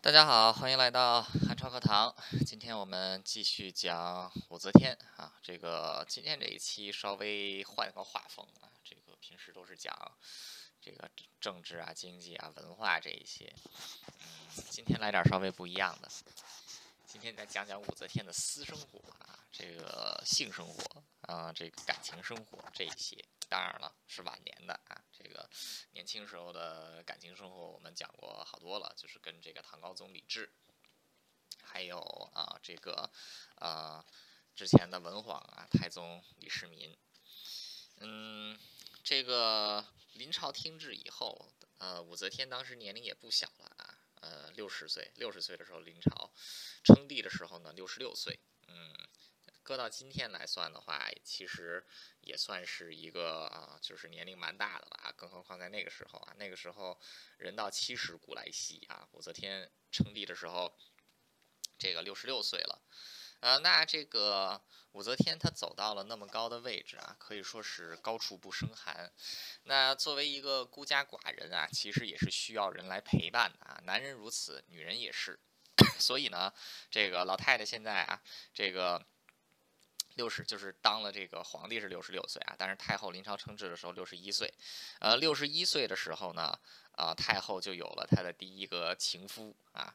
大家好，欢迎来到汉朝课堂。今天我们继续讲武则天啊。今天这一期稍微换个画风啊，平时都是讲政治啊、经济啊、文化这一些，今天来点稍微不一样的。今天再讲讲武则天的私生活啊，性生活啊，感情生活这一些。当然了，是晚年的啊。年轻时候的感情生活我们讲过好多了，就是跟唐高宗李治，还有之前的文皇啊太宗李世民。临朝听制以后，武则天当时年龄也不小了啊。60岁的时候临朝，称帝的时候呢66岁。搁到今天来算的话，其实也算是一个就是年龄蛮大的了啊。更何况在那个时候啊，那个时候人到70古来稀啊。武则天称帝的时候，66岁了。武则天她走到了那么高的位置啊，可以说是高处不胜寒。那作为一个孤家寡人啊，其实也是需要人来陪伴的啊。男人如此，女人也是。所以呢，老太太现在啊，就是当了皇帝是66岁啊，但是太后临朝称制的时候61岁。61岁的时候呢，太后就有了她的第一个情夫啊。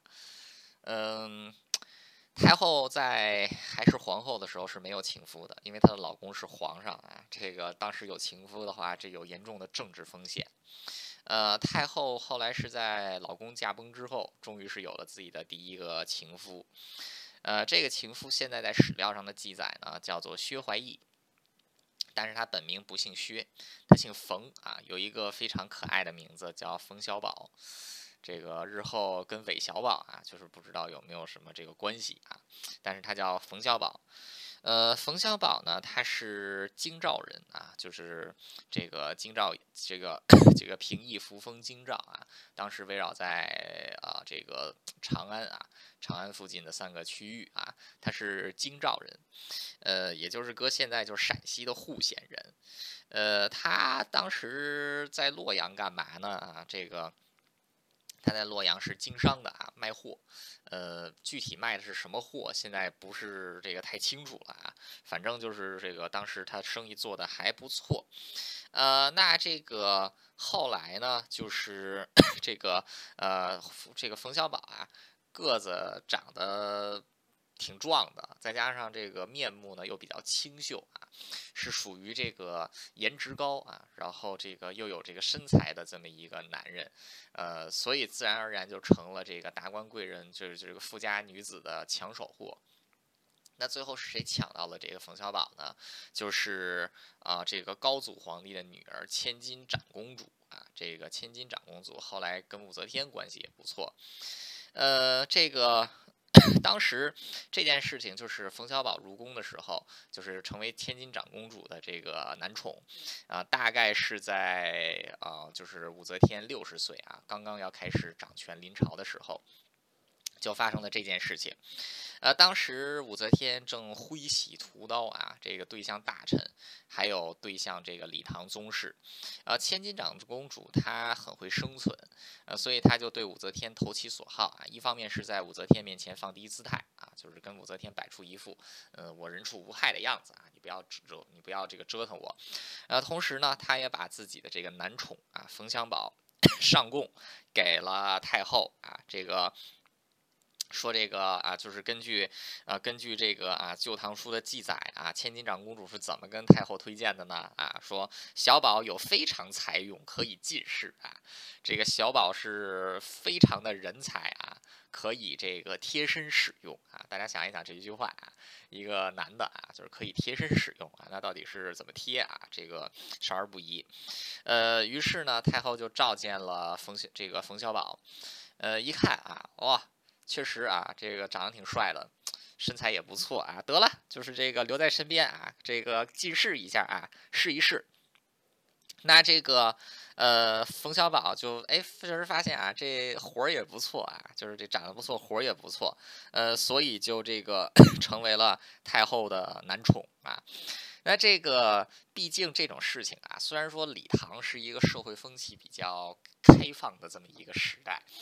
太后在还是皇后的时候是没有情夫的，因为她的老公是皇上啊。当时有情夫的话，这有严重的政治风险。太后后来是在老公驾崩之后，终于是有了自己的第一个情夫。这个情夫现在在史料上的记载呢，叫做薛怀义，但是他本名不姓薛，他姓冯啊，有一个非常可爱的名字叫冯小宝。日后跟韦小宝啊，就是不知道有没有什么关系啊，但是他叫冯小宝。冯小宝呢，他是京兆人啊，就是京兆平邑扶风京兆啊，当时围绕在长安啊，长安附近的3个区域啊，他是京兆人，也就是搁现在就是陕西的户县人。他当时在洛阳干嘛呢？他在洛阳是经商的啊，卖货。具体卖的是什么货，现在不是太清楚了啊。反正就是当时他生意做的还不错。后来呢，就是冯小宝啊，个子长得挺壮的，再加上面目呢又比较清秀啊，是属于颜值高啊，然后又有身材的这么一个男人。所以自然而然就成了达官贵人，就是富家女子的抢手货。那最后是谁抢到了冯小宝呢？就是高祖皇帝的女儿千金长公主啊。千金长公主后来跟武则天关系也不错。当时这件事情就是冯小宝入宫的时候，就是成为千金长公主的男宠啊。大概是在就是武则天60岁啊，刚刚要开始掌权临朝的时候，就发生了这件事情。当时武则天正挥玺屠刀啊，对向大臣，还有对向礼堂宗室。千金长公主她很会生存，所以她就对武则天投其所好啊。一方面是在武则天面前放低姿态啊，就是跟武则天摆出一副我人畜无害的样子啊，你不要折腾我。同时呢，她也把自己的男宠啊冯小宝上贡给了太后啊。说就是根据《旧唐书》的记载啊，千金长公主是怎么跟太后推荐的呢？说小宝有非常才用，可以进士啊。小宝是非常的人才啊，可以贴身使用啊。大家想一想这一句话啊，一个男的啊，就是可以贴身使用啊，那到底是怎么贴啊？少儿不宜。于是呢，太后就召见了冯小宝。一看啊，哇！确实啊，长得挺帅的，身材也不错啊。得了，就是留在身边啊，近视一下啊，试一试。那冯小宝就确实发现啊，这活儿也不错啊，就是长得不错，活儿也不错。所以就成为了太后的男宠啊。那毕竟这种事情啊，虽然说礼堂是一个社会风气比较开放的这么一个时代。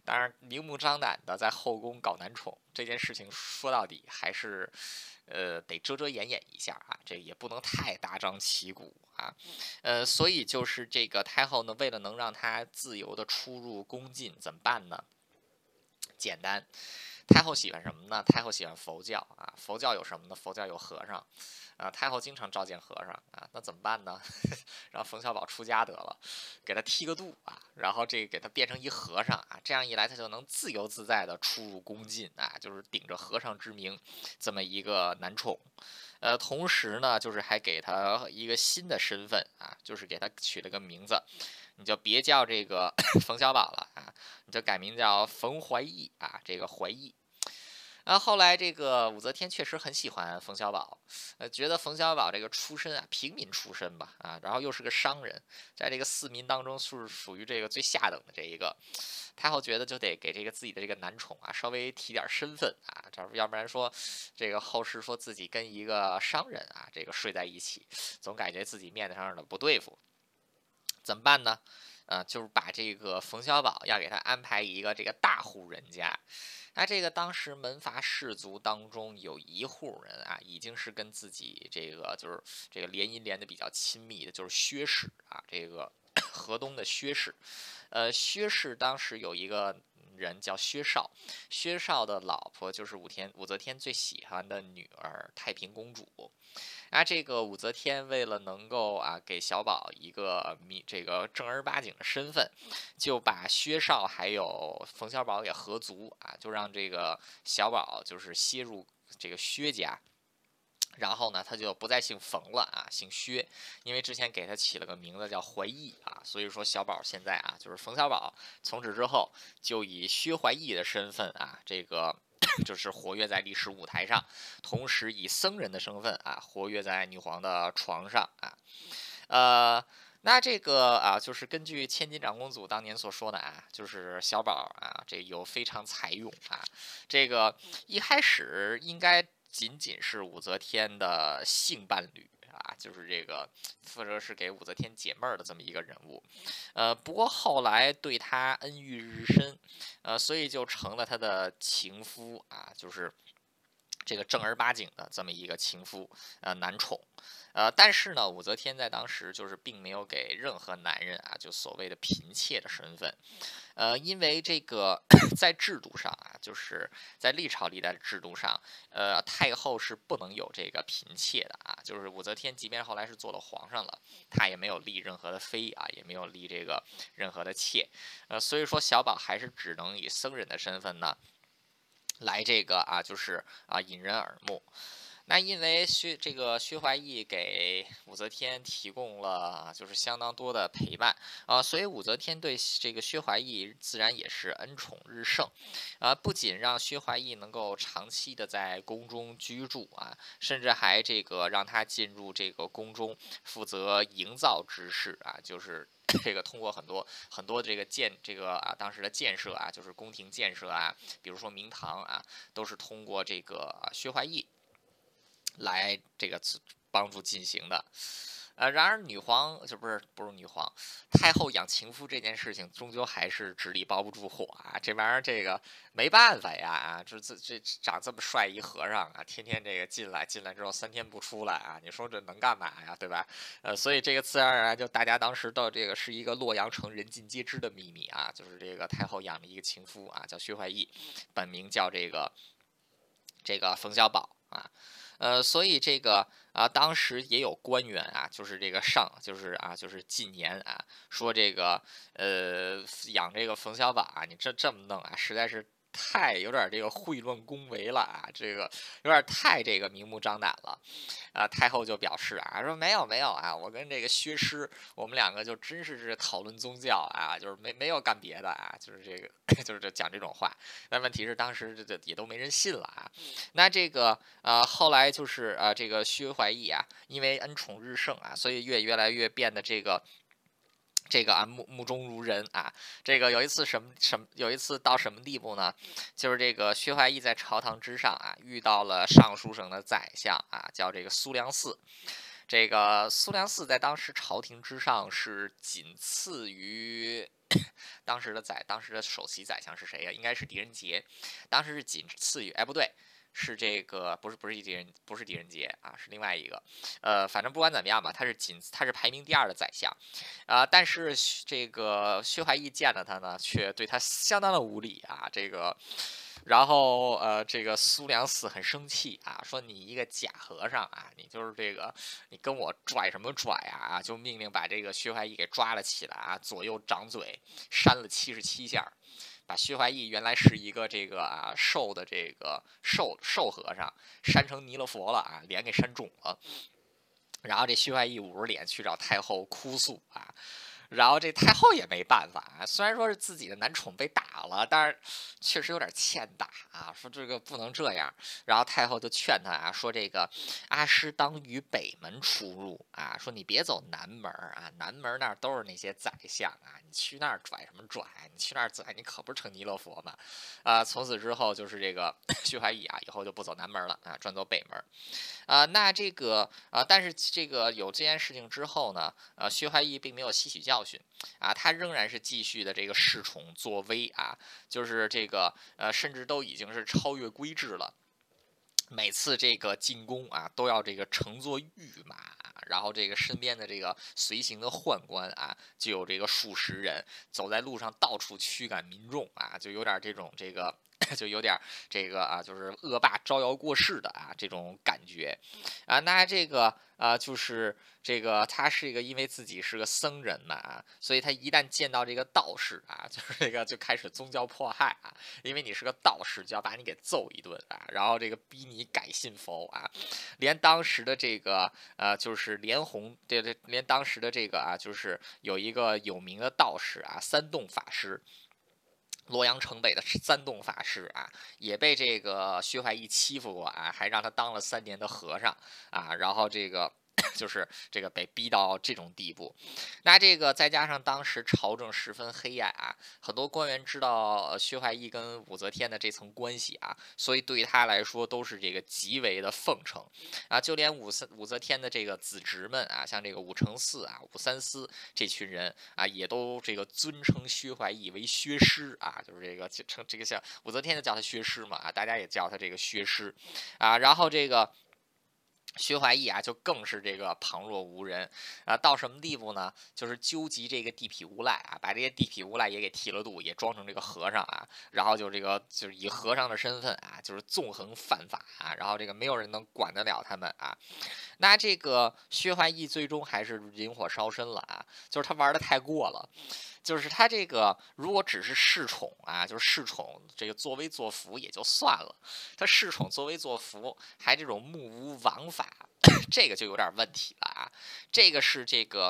当然明目张胆的在后宫搞男宠这件事情，说到底还是得遮遮掩掩一下啊，这也不能太大张旗鼓啊。所以就是这个太后呢，为了能让她自由的出入宫禁，怎么办呢？简单，太后喜欢什么呢？太后喜欢佛教啊，佛教有什么呢？佛教有和尚，太后经常召见和尚啊，那怎么办呢？让冯小宝出家得了，给他剃个度啊，然后这个给他变成一和尚啊，这样一来他就能自由自在的出入宫禁啊，就是顶着和尚之名这么一个男宠。同时呢，就是还给他一个新的身份啊，就是给他取了个名字，你就别叫这个冯小宝了啊，你就改名叫冯怀义啊，这个怀义。后来这个武则天确实很喜欢冯小宝，觉得冯小宝这个出身啊，平民出身吧，然后又是个商人，在这个四民当中是属于这个最下等的这一个。太后觉得就得给这个自己的这个男宠啊，稍微提点身份啊，要不然说这个后世说自己跟一个商人啊，这个睡在一起，总感觉自己面子上的不对付，怎么办呢？就是把这个冯小宝要给他安排一个这个大户人家。那这个当时门阀士族当中有一户人啊，已经是跟自己这个就是这个联姻连的比较亲密的，就是薛氏啊，这个河东的薛氏。薛氏当时有一个人叫薛绍，薛绍的老婆就是武则天最喜欢的女儿太平公主。这个武则天为了能够给小宝一个这个正儿八经的身份，就把薛绍还有冯小宝给合族啊，就让这个小宝就是接入这个薛家。然后呢，他就不再姓冯了啊，姓薛，因为之前给他起了个名字叫怀义啊，所以说小宝现在就是冯小宝，从此之后就以薛怀义的身份这个就是活跃在历史舞台上，同时以僧人的身份活跃在女皇的床上呃。那这个就是根据千金长公主当年所说的就是小宝这有非常才用这个一开始应该仅仅是武则天的性伴侣就是这个负责是给武则天解闷儿的这么一个人物，不过后来对他恩遇日深，所以就成了他的情夫就是这个正儿八经的这么一个情夫，男宠。但是呢，武则天在当时就是并没有给任何男人就所谓的嫔妾的身份，因为这个在制度上就是在历朝历代的制度上，太后是不能有这个嫔妾的就是武则天即便后来是做了皇上了，她也没有立任何的妃也没有立这个任何的妾，所以说小宝还是只能以僧人的身份呢。来这个就是引人耳目。那因为这个薛怀义给武则天提供了就是相当多的陪伴所以武则天对这个薛怀义自然也是恩宠日盛不仅让薛怀义能够长期的在宫中居住甚至还这个让他进入这个宫中负责营造之事就是这个通过很多很多这个当时的建设就是宫廷建设比如说明堂都是通过这个薛怀义来这个帮助进行的。然而女皇就不是女皇，太后养情夫这件事情，终究还是纸里包不住火这玩意儿这个没办法这长这么帅一和尚天天这个进来之后3天不出来你说这能干嘛呀，对吧？所以这个自然而然就大家当时到这个是一个洛阳城人尽皆知的秘密就是这个太后养了一个情夫叫薛怀义，本名叫这个冯小宝所以这个当时也有官员就是这个就是进言说这个养这个冯小宝你这么弄实在是太有点这个秽乱宫闱了这个有点太这个明目张胆了太后就表示说没有我跟这个薛师我们两个就真是讨论宗教就是没有干别的就是这个就是讲这种话。但问题是当时这也都没人信了那这个后来就是这个薛怀义因为恩宠日盛所以越来越变得这个目中如人这个有一次到什么地步呢？就是这个薛怀义在朝堂之上遇到了尚书省的宰相叫这个苏良嗣。这个苏良嗣在当时朝廷之上是仅次于当时的首席宰相是谁呀？应该是狄仁杰，当时是仅次于，哎，不对。是这个不是狄仁杰啊，是另外一个，反正不管怎么样吧，他是排名第2的宰相，但是这个薛怀义见了他呢，却对他相当的无礼啊，然后这个苏良嗣很生气啊，说你一个假和尚啊，你就是你跟我拽什么拽啊？就命令把这个薛怀义给抓了起来啊，左右掌嘴，扇了77下。把薛怀义原来是一个瘦的瘦和尚，扇成弥勒佛了啊，脸给扇肿了。然后这薛怀义捂着脸去找太后哭诉啊，然后这太后也没办法啊，虽然说是自己的男宠被打了，但是确实有点欠打啊，说这个不能这样。然后太后就劝他啊，说这个阿诗当于北门出入啊，说你别走南门啊，南门那儿都是那些宰相啊，你去那儿拽什么拽？你去那儿宰，你可不是成弥勒佛嘛？从此之后就是这个薛怀义啊，以后就不走南门了啊，专走北门。那但是这个有这件事情之后呢，薛怀义并没有吸取教训，他仍然是继续的这个恃宠作威啊，就是甚至都已经是超越规制了。每次这个进宫啊，都要这个乘坐御马，然后这个身边的这个随行的宦官啊，就有这个数十人，走在路上到处驱赶民众啊，就有点就有点就是恶霸招摇过市的这种感觉那就是他是因为自己是个僧人嘛所以他一旦见到这个道士就是就开始宗教迫害因为你是个道士，就要把你给揍一顿然后逼你改信佛连当时的就是连洪对，连当时的就是有一个有名的道士三洞法师。洛阳城北的三洞法师也被这个薛怀义欺负过还让他当了3年的和尚然后就是被逼到这种地步，那再加上当时朝政十分黑暗很多官员知道薛怀义跟武则天的这层关系所以对于他来说都是极为的奉承就连武则天的子侄们像武承嗣武三思这群人也都尊称薛怀义为薛师就是称像武则天就叫他薛师嘛大家也叫他薛师然后薛怀义就更是旁若无人到什么地步呢？就是纠集地痞无赖把这些地痞无赖也给剃了度，也装成和尚然后就是以和尚的身份就是纵横犯法然后没有人能管得了他们那薛怀义最终还是引火烧身了就是他玩的太过了。就是他如果只是恃宠就是恃宠作威作福也就算了，他恃宠作威作福，还这种目无王法，这个就有点问题了这个是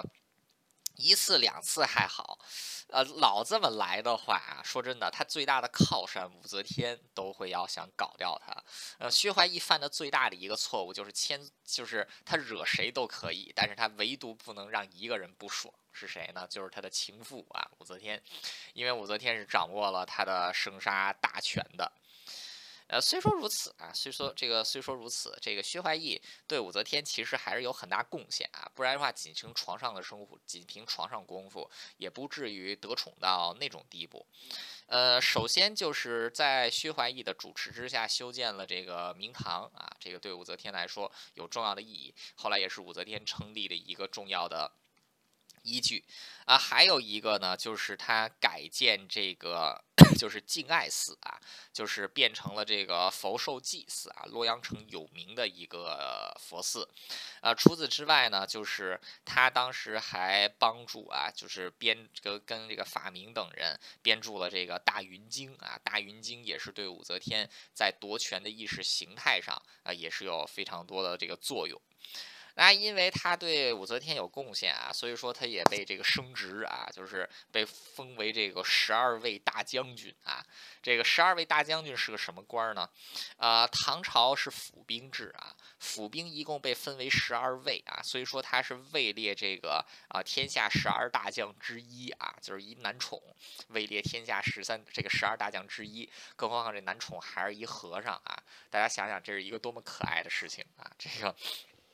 1次2次还好，老这么来的话说真的，他最大的靠山武则天都会要想搞掉他。薛怀义犯的最大的一个错误就是他惹谁都可以，但是他唯独不能让一个人不爽，是谁呢？就是他的情妇武则天，因为武则天是掌握了他的生杀大权的。虽说如此虽说如此，薛怀义对武则天其实还是有很大贡献不然的话，仅凭床上的生活，仅凭床上功夫，也不至于得宠到那种地步。首先就是在薛怀义的主持之下修建了明堂这个对武则天来说有重要的意义，后来也是武则天称帝的一个重要的依据还有一个呢，就是他改建就是敬爱寺就是变成了佛寿祭祀洛阳城有名的一个佛寺除此之外呢，就是他当时还帮助就是跟法明等人编著了大云经大云经也是对武则天在夺权的意识形态上也是有非常多的作用。那因为他对武则天有贡献所以说他也被升职就是被封为12位大将军这个12位大将军是个什么官呢？唐朝是府兵制府兵一共被分为12位所以说他是位列天下12大将之一就是一男宠位列天下12大将之一，更何况这男宠还是一和尚大家想想这是一个多么可爱的事情这个。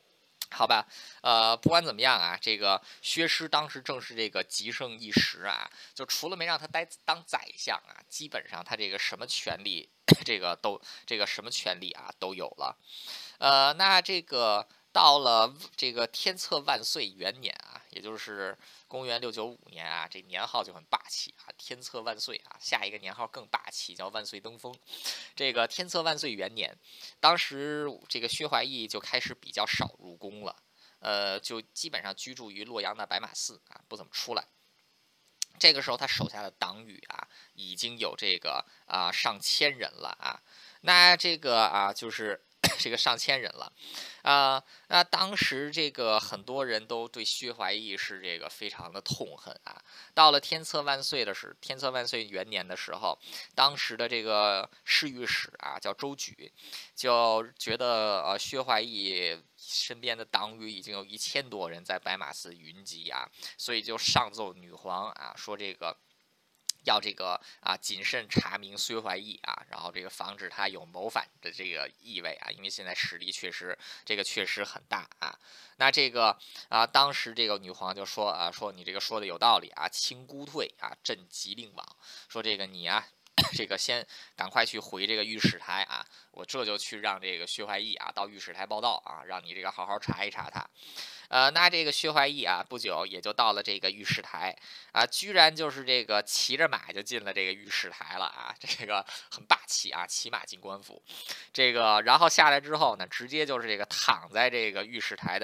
好吧，不管怎么样啊，这个薛师当时正是这个极盛一时啊，就除了没让他当宰相啊，基本上他这个什么权利，这个什么权利啊都有了。那这个到了这个天策万岁元年啊，也就是公元695年啊，这年号就很霸气啊，天策万岁啊，下一个年号更霸气，叫万岁登封。这个天策万岁元年，当时这个薛怀义就开始比较少入宫了，就基本上居住于洛阳的白马寺啊，不怎么出来。这个时候，他手下的党羽啊，已经有这个上千人了啊。那这个就是这个上千人了那当时这个很多人都对薛怀义是这个非常的痛恨啊。到了天策万岁元年的时候，当时的这个侍御史啊叫周举，就觉得薛怀义身边的党羽已经有1000多人在白马寺云集啊，所以就上奏女皇啊，说这个要这个谨慎查明薛怀义啊，然后这个防止他有谋反的这个意味啊，因为现在实力确实很大啊。那这个当时这个女皇就说说你这个说的有道理啊，卿孤退啊，朕即令往，说这个你啊。这个先赶快去回这个御史台啊，我这就去让这个薛怀义到御史台报道啊，让你这个好好查一查他。那这个薛怀义不久也就到了这个御史台居然就是这个骑着马就进了这个御史台了啊，这个很霸气啊，骑马进官府。这个然后下来之后呢，直接就是这个躺在这个御史台的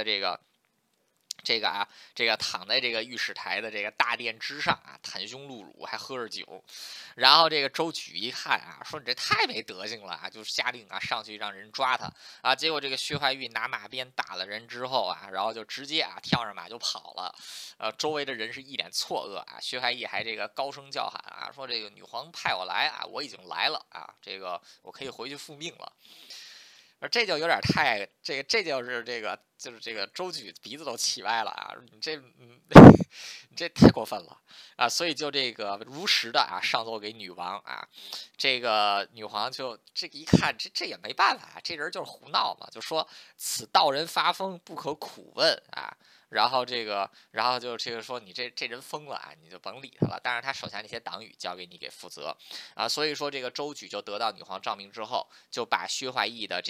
这个躺在这个御史台的这个大殿之上袒胸露乳，还喝着酒。然后这个周举一看说你这太没德行了就下令上去让人抓他结果这个薛怀玉拿马鞭打了人之后然后就直接跳上马就跑了。周围的人是一脸错愕薛怀义还这个高声叫喊说这个女皇派我来我已经来了这个我可以回去复命了。这就有点太这就是这个周举鼻子都气歪了你这你这太过分了所以就这个如实的上奏给女王这个女皇就这个一看这也没办法这人就是胡闹嘛，就说此道人发疯不可苦问然后就这个说你这人疯了你就甭理他了。但是他手下那些党羽交给你给负责所以说这个周举就得到女皇诏命之后，就把薛怀义的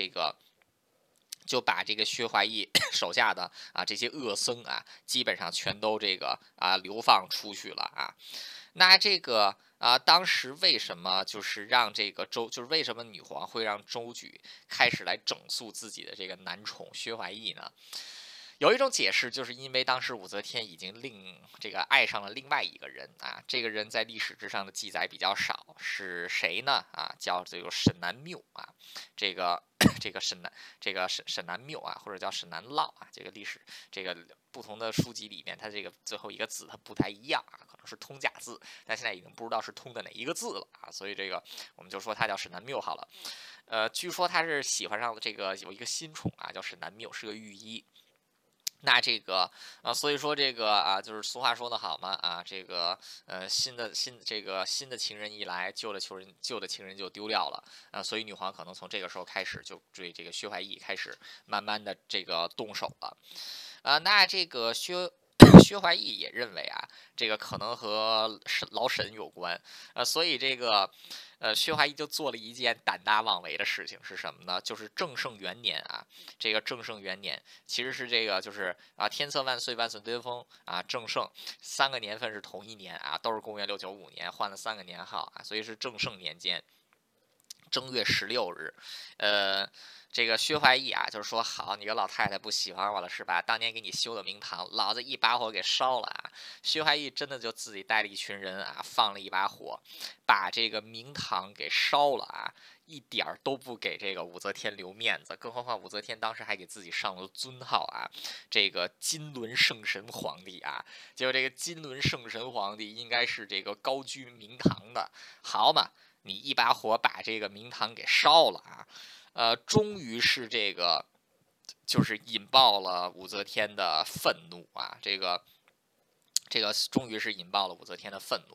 薛怀义手下的这些恶僧基本上全都这个流放出去了那这个当时为什么就是让这个就是为什么女皇会让周举开始来整肃自己的这个男宠薛怀义呢？有一种解释，就是因为当时武则天已经爱上了另外一个人这个人在历史之上的记载比较少，是谁呢？叫这个沈南缪这个沈南缪或者叫沈南涝这个历史这个不同的书籍里面，它这个最后一个字它不太一样可能是通假字，但现在已经不知道是通的哪一个字了所以这个我们就说他叫沈南缪好了。据说他是喜欢上了这个有一个新宠叫沈南缪，是个御医。那这个所以说这个就是俗话说得好嘛这个新的情人一来，旧的情人就丢掉了所以女皇可能从这个时候开始就对这个薛怀义开始慢慢的这个动手了那这个薛怀义也认为这个可能和老沈有关所以这个薛怀义就做了一件胆大妄为的事情，是什么呢？就是正圣元年这个正圣元年其实是这个就是天策万岁万岁登封正圣3个年份是同一年都是公元695年，换了3个年号所以是正圣年间正月16日。这个薛怀义就是说好，你个老太太不喜欢我了是吧？当年给你修的明堂，老子一把火给烧了薛怀义真的就自己带了一群人放了一把火，把这个明堂给烧了一点儿都不给这个武则天留面子。更何况武则天当时还给自己上了尊号这个金轮圣神皇帝结果这个金轮圣神皇帝应该是这个高居明堂的，好嘛，你一把火把这个明堂给烧了终于是这个就是引爆了武则天的愤怒这个终于是引爆了武则天的愤怒。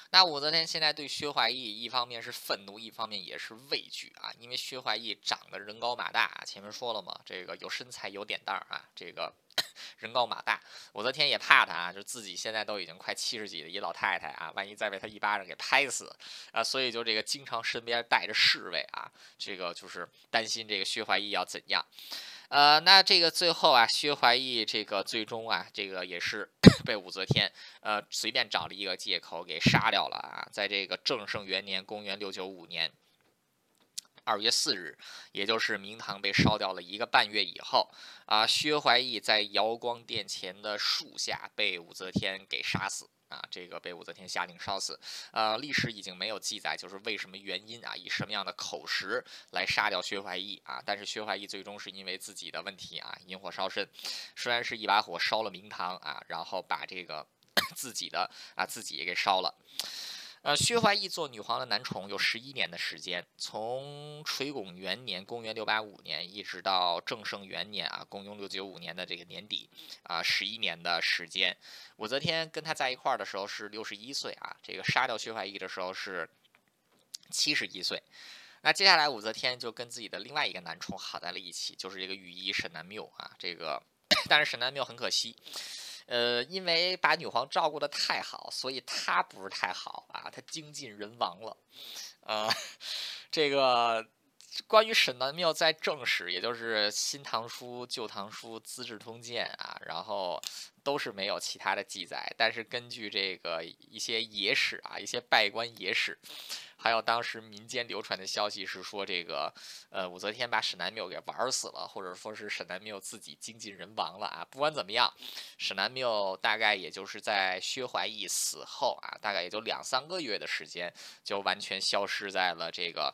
那武则天现在对薛怀义，一方面是愤怒，一方面也是畏惧啊，因为薛怀义长得人高马大，前面说了嘛，这个有身材有脸蛋儿啊，这个人高马大，武则天也怕他啊，就自己现在都已经快70几的一老太太啊，万一再被他一巴掌给拍死啊，所以就这个经常身边带着侍卫啊，这个就是担心这个薛怀义要怎样。那这个最后啊，薛怀义这个最终啊，这个也是被武则天随便找了一个借口给杀掉了啊，在这个正圣元年，公元695年。2月4日，也就是明堂被烧掉了1个半月以后，薛怀义在瑶光殿前的树下被武则天给杀死。这个被武则天下令烧死，历史已经没有记载，就是为什么原因啊，以什么样的口实来杀掉薛怀义啊？但是薛怀义最终是因为自己的问题啊，引火烧身，虽然是一把火烧了明堂啊，然后把这个自己给烧了。薛怀义做女皇的男宠有11年的时间，从垂拱元年（公元685年）一直到正圣元年公元695年的这个年底11年的时间。武则天跟他在一块儿的时候是61岁啊，这个杀掉薛怀义的时候是71岁。那接下来武则天就跟自己的另外一个男宠好在了一起，就是这个御医沈南缪啊，这个但是沈南缪很可惜。因为把女皇照顾得太好，所以他不是太好啊，他精尽人亡了。呃，这个关于沈南缪在正史，也就是《新唐书》《旧唐书》《资治通鉴》然后都是没有其他的记载。但是根据这个一些野史一些拜官野史，还有当时民间流传的消息是说，这个武则天把沈南缪给玩死了，或者说是沈南缪自己精尽人亡了啊。不管怎么样，沈南缪大概也就是在薛怀义死后大概也就2、3个月的时间，就完全消失在了这个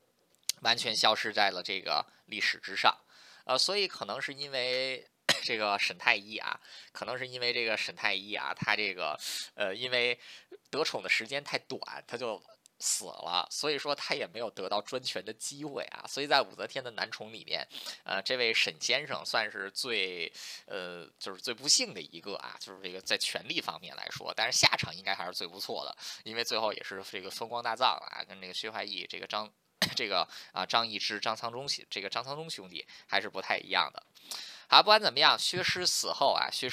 历史之上。所以可能是因为这个沈太医他这个因为得宠的时间太短，他就死了，所以说他也没有得到专权的机会所以在武则天的男宠里面，这位沈先生算是就是最不幸的一个就是这个在权力方面来说，但是下场应该还是最不错的，因为最后也是这个风光大葬跟这个薛怀义这个张易之、张苍忠兄弟还是不太一样的。好，不管怎么样，薛师死后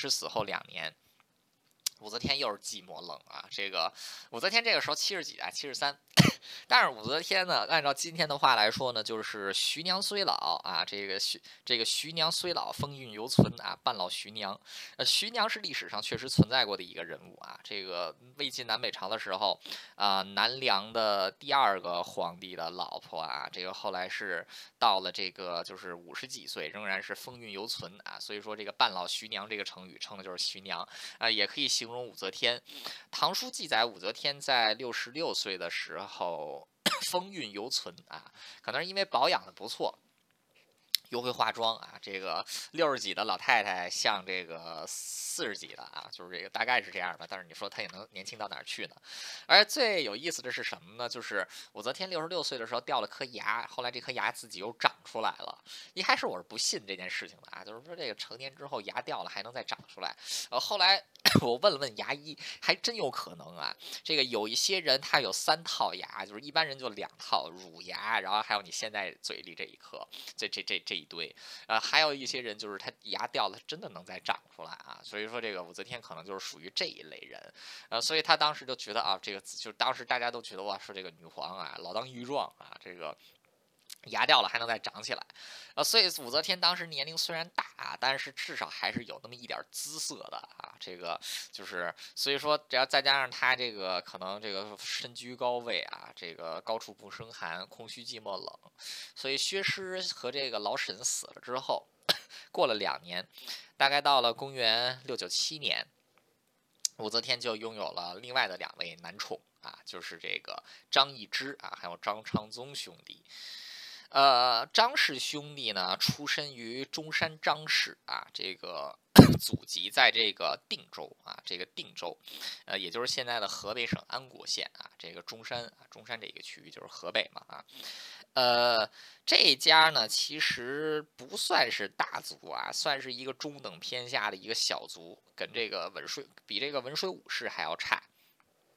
2年。武则天又是寂寞冷这个武则天这个时候70几73，但是武则天呢，按照今天的话来说呢，就是徐娘虽老这个徐娘虽老，风韵犹存半老徐娘。徐娘是历史上确实存在过的一个人物这个魏晋南北朝的时候南梁的第2个皇帝的老婆这个后来是到了这个就是50几岁，仍然是风韵犹存所以说这个半老徐娘这个成语称的就是徐娘也可以形容武则天。唐书记载武则天在66岁的时候风韵犹存可能是因为保养的不错，又会化妆这个60几的老太太像这个40几的就是这个大概是这样的。但是你说她也能年轻到哪儿去呢？而最有意思的是什么呢？就是武则天66岁的时候掉了颗牙，后来这颗牙自己又长出来了。一开始我是不信这件事情的就是说这个成年之后牙掉了还能再长出来。后来我问了问牙医，还真有可能这个有一些人他有3套牙，就是一般人就2套，乳牙，然后还有你现在嘴里这一颗，这一堆，还有一些人就是他牙掉了，真的能再长出来所以说这个武则天可能就是属于这一类人，所以他当时就觉得这个就是当时大家都觉得哇，说这个女皇老当益壮这个。牙掉了还能再长起来，所以武则天当时年龄虽然大但是至少还是有那么一点姿色的这个就是所以说只要再加上她这个可能这个身居高位这个高处不胜寒，空虚寂寞冷，所以薛师和这个老沈死了之后，过了2年，大概到了公元697年，武则天就拥有了另外的2位男宠就是这个张易之还有张昌宗兄弟。张氏兄弟呢，出身于中山张氏这个祖籍在这个定州这个定州，也就是现在的河北省安国县这个中山这个区域就是河北嘛这一家呢其实不算是大族算是一个中等偏下的一个小族，跟这个比这个文水武氏还要差。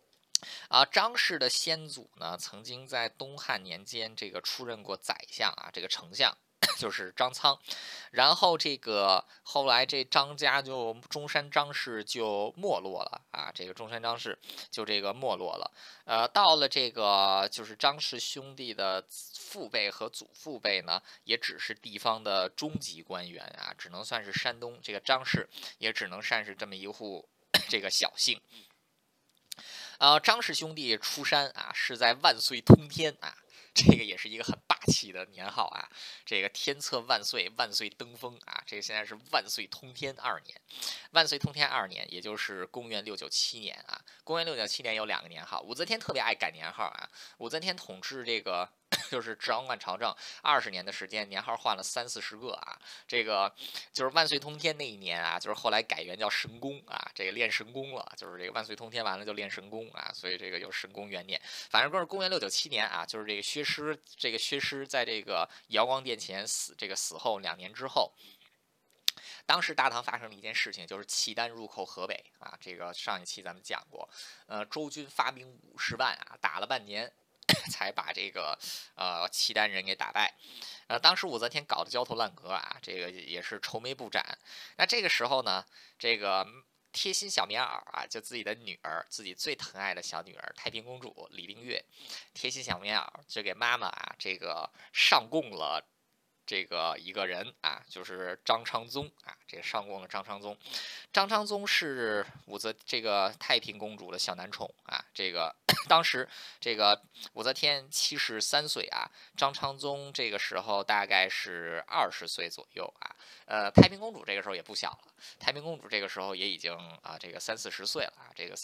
张氏的先祖呢，曾经在东汉年间这个出任过宰相啊，这个丞相。就是张苍，然后这个后来这张家就中山张氏就没落了啊，这个中山张氏就这个没落了。到了这个就是张氏兄弟的父辈和祖父辈呢，也只是地方的中级官员啊，只能算是山东这个张氏，也只能算是这么一户这个小姓。张氏兄弟出山啊，是在万岁通天啊，这个也是一个很霸气的年号啊。这个天策万岁，万岁登封啊，这个现在是万岁通天2年。万岁通天2年，也就是公元697年啊。公元697年有2个年号，武则天特别爱改年号啊。武则天统治这个就是掌管朝政20年的时间，年号换了30-40个啊。这个就是万岁通天那一年啊，就是后来改元叫神功啊，这个练神功了，就是这个万岁通天完了就练神功啊，所以这个有神功元年。反正都是公元697年啊，就是这个薛师在这个瑶光殿前死后2年之后。当时大唐发生了一件事情，就是契丹入寇河北啊，这个上一期咱们讲过，周军发兵50万啊，打了半年，才把这个契丹人给打败。当时武则天搞得焦头烂额啊，这个也是愁眉不展。那这个时候呢，这个贴心小棉袄啊，就自己的女儿，自己最疼爱的小女儿太平公主李冰月，贴心小棉袄就给妈妈啊这个上供了。这个一个人啊，就是张昌宗啊，这个上供了张昌宗。张昌宗是这个太平公主的小男宠啊。这个当时这个武则天73岁啊，张昌宗这个时候大概是20岁左右啊。太平公主这个时候也不小了，太平公主这个时候也已经啊这个30-40岁了啊，这个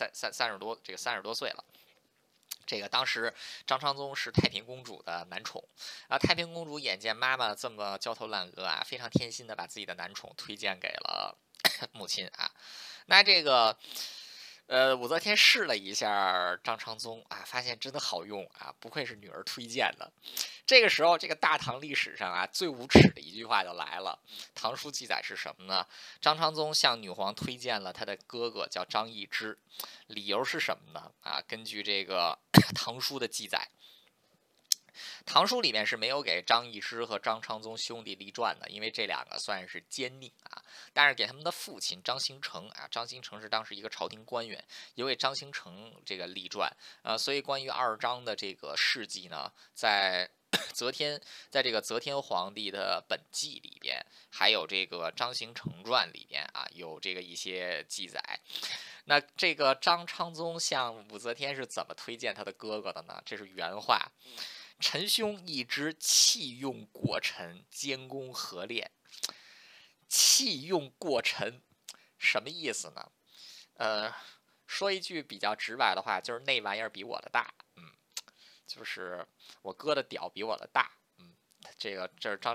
30多岁了。这个当时张昌宗是太平公主的男宠啊，太平公主眼见妈妈这么焦头烂额啊，非常贴心的把自己的男宠推荐给了母亲啊。那这个武则天试了一下张昌宗啊，发现真的好用啊，不愧是女儿推荐的。这个时候，这个大唐历史上啊最无耻的一句话就来了。唐书记载是什么呢？张昌宗向女皇推荐了他的哥哥叫张易之，理由是什么呢？啊，根据这个唐书的记载。唐书里面是没有给张易之和张昌宗兄弟立传的，因为这2个算是奸佞啊。但是给他们的父亲张兴诚啊，张兴诚是当时一个朝廷官员，有给张兴诚这个立传所以关于2张的这个事迹呢，在这个则天皇帝的本纪里边，还有这个张兴诚传里边啊，有这个一些记载。那这个张昌宗向武则天是怎么推荐他的哥哥的呢？这是原话。臣兄一直弃用过臣，监工合练。弃用过臣，什么意思呢？说一句比较直白的话，就是那玩意儿比我的大。就是我哥的屌比我的大。这是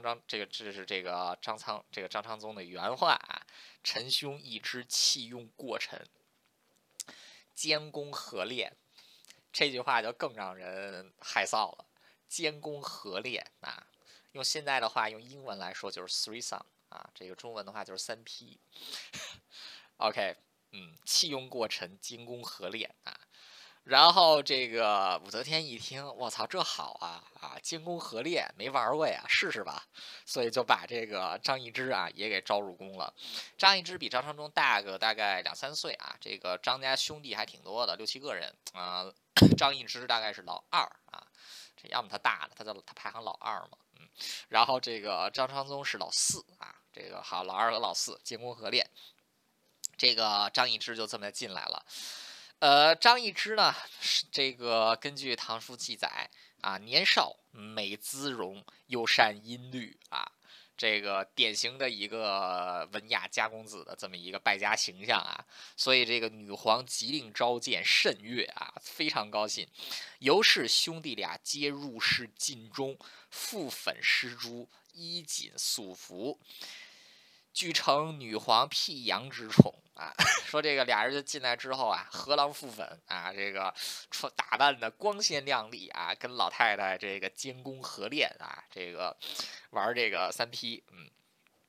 张昌宗的原话啊。臣兄一直弃用过臣，监工合练。这句话就更让人害臊了。监工合练啊，用现在的话，用英文来说就是 threesome 啊，这个中文的话就是3P。OK，弃用过臣，监工合练啊。然后这个武则天一听，我操，这好啊，监工合练，没玩过呀，试试吧。所以就把这个张易之啊也给招入宫了。张易之比张昌宗大个大概2-3岁啊，这个张家兄弟还挺多的，6-7个人啊。张易之大概是老2啊，这要么他大呢，他排行老2嘛。然后这个张昌宗是老4啊，这个好，老2和老4监工合练。这个张易之就这么进来了。张易之呢，这个根据唐书记载啊，年少美姿容，又善音律啊，这个典型的一个文雅家公子的这么一个败家形象啊。所以这个女皇急令召见，甚悦啊，非常高兴。由是兄弟俩皆入室尽忠，复粉施朱，衣锦素服。据称女皇辟阳之宠啊，说这个俩人就进来之后啊，荷郎复粉啊，这个打扮的光鲜亮丽啊，跟老太太这个监工合练啊，这个玩这个3P。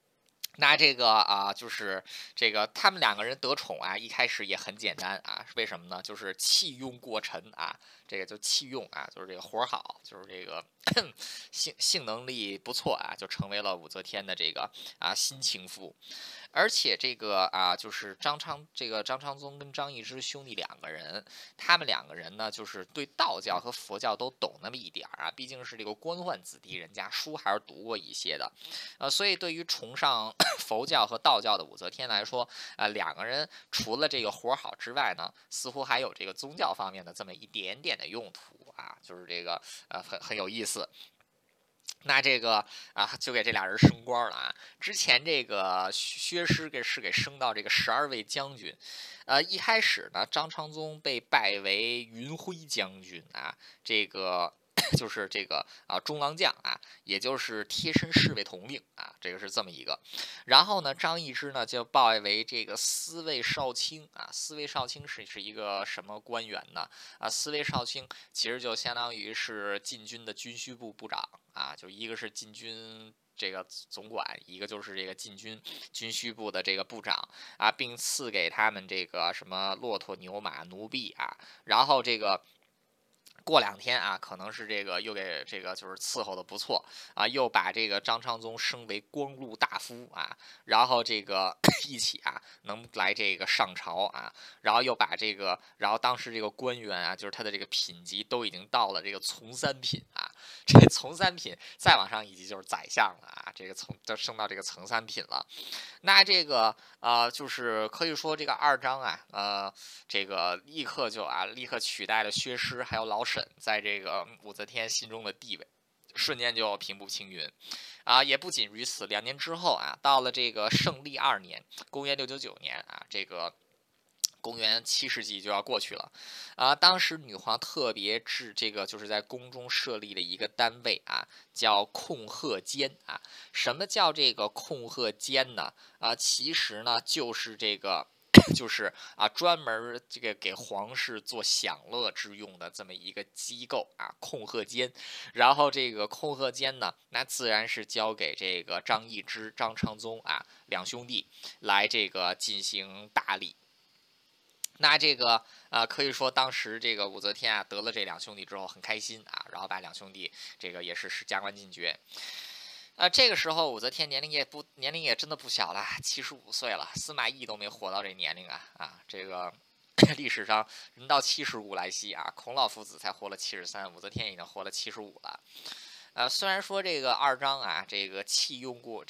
那这个啊，就是这个他们两个人得宠啊，一开始也很简单啊，为什么呢？就是器用过沉啊，这个就器用啊，就是这个活儿好，就是这个性能力不错啊，就成为了武则天的这个新情妇。而且这个就是张昌宗跟张易之兄弟两个人，他们两个人呢，就是对道教和佛教都懂那么一点儿啊，毕竟是这个官宦子弟，人家书还是读过一些的，所以对于崇尚佛教和道教的武则天来说，两个人除了这个活好之外呢，似乎还有这个宗教方面的这么一点点的用途啊，就是这个很有意思。那这个就给这俩人升官了啊。之前这个薛师给升到这个12位将军，一开始呢，张昌宗被拜为云辉将军啊，这个就是这个中郎将啊，也就是贴身侍卫统领啊，这个是这么一个。然后呢，张易之呢就拜为这个司卫少卿啊，司卫少卿是一个什么官员呢？司卫少卿其实就相当于是禁军的军需部部长啊，就一个是禁军。这个总管，一个就是这个禁军军需部的这个部长啊，并赐给他们这个什么骆驼、牛马、奴婢啊，然后这个过2天啊，可能是这个又给这个就是伺候的不错啊，又把这个张昌宗升为光禄大夫啊，然后这个一起能来这个上朝啊，然后又把这个，然后当时这个官员啊，就是他的这个品级都已经到了这个从三品啊，这从三品再往上一级就是宰相了啊，这个就升到这个从三品了。那这个就是可以说这个二张这个立刻取代了薛师还有老沈在这个武则天心中的地位。瞬间就平步青云，也不仅于此，2年之后到了这个圣历2年，公元699年这个公元7世纪就要过去了，当时女皇特别这个就是在宫中设立了一个单位叫控鹤监啊。什么叫这个控鹤监呢？其实呢就是这个。就是专门这个给皇室做享乐之用的这么一个机构控鹤监。然后这个控鹤监呢，那自然是交给这个张易之、张昌宗两兄弟来这个进行打理。那这个可以说当时这个武则天得了这两兄弟之后很开心然后把两兄弟这个也是加官进爵。这个时候武则天年龄也真的不小了，75岁了，司马懿都没活到这年龄这个历史上人到75来兮孔老夫子才活了73，武则天已经活了75了。虽然说这个二张这个器用过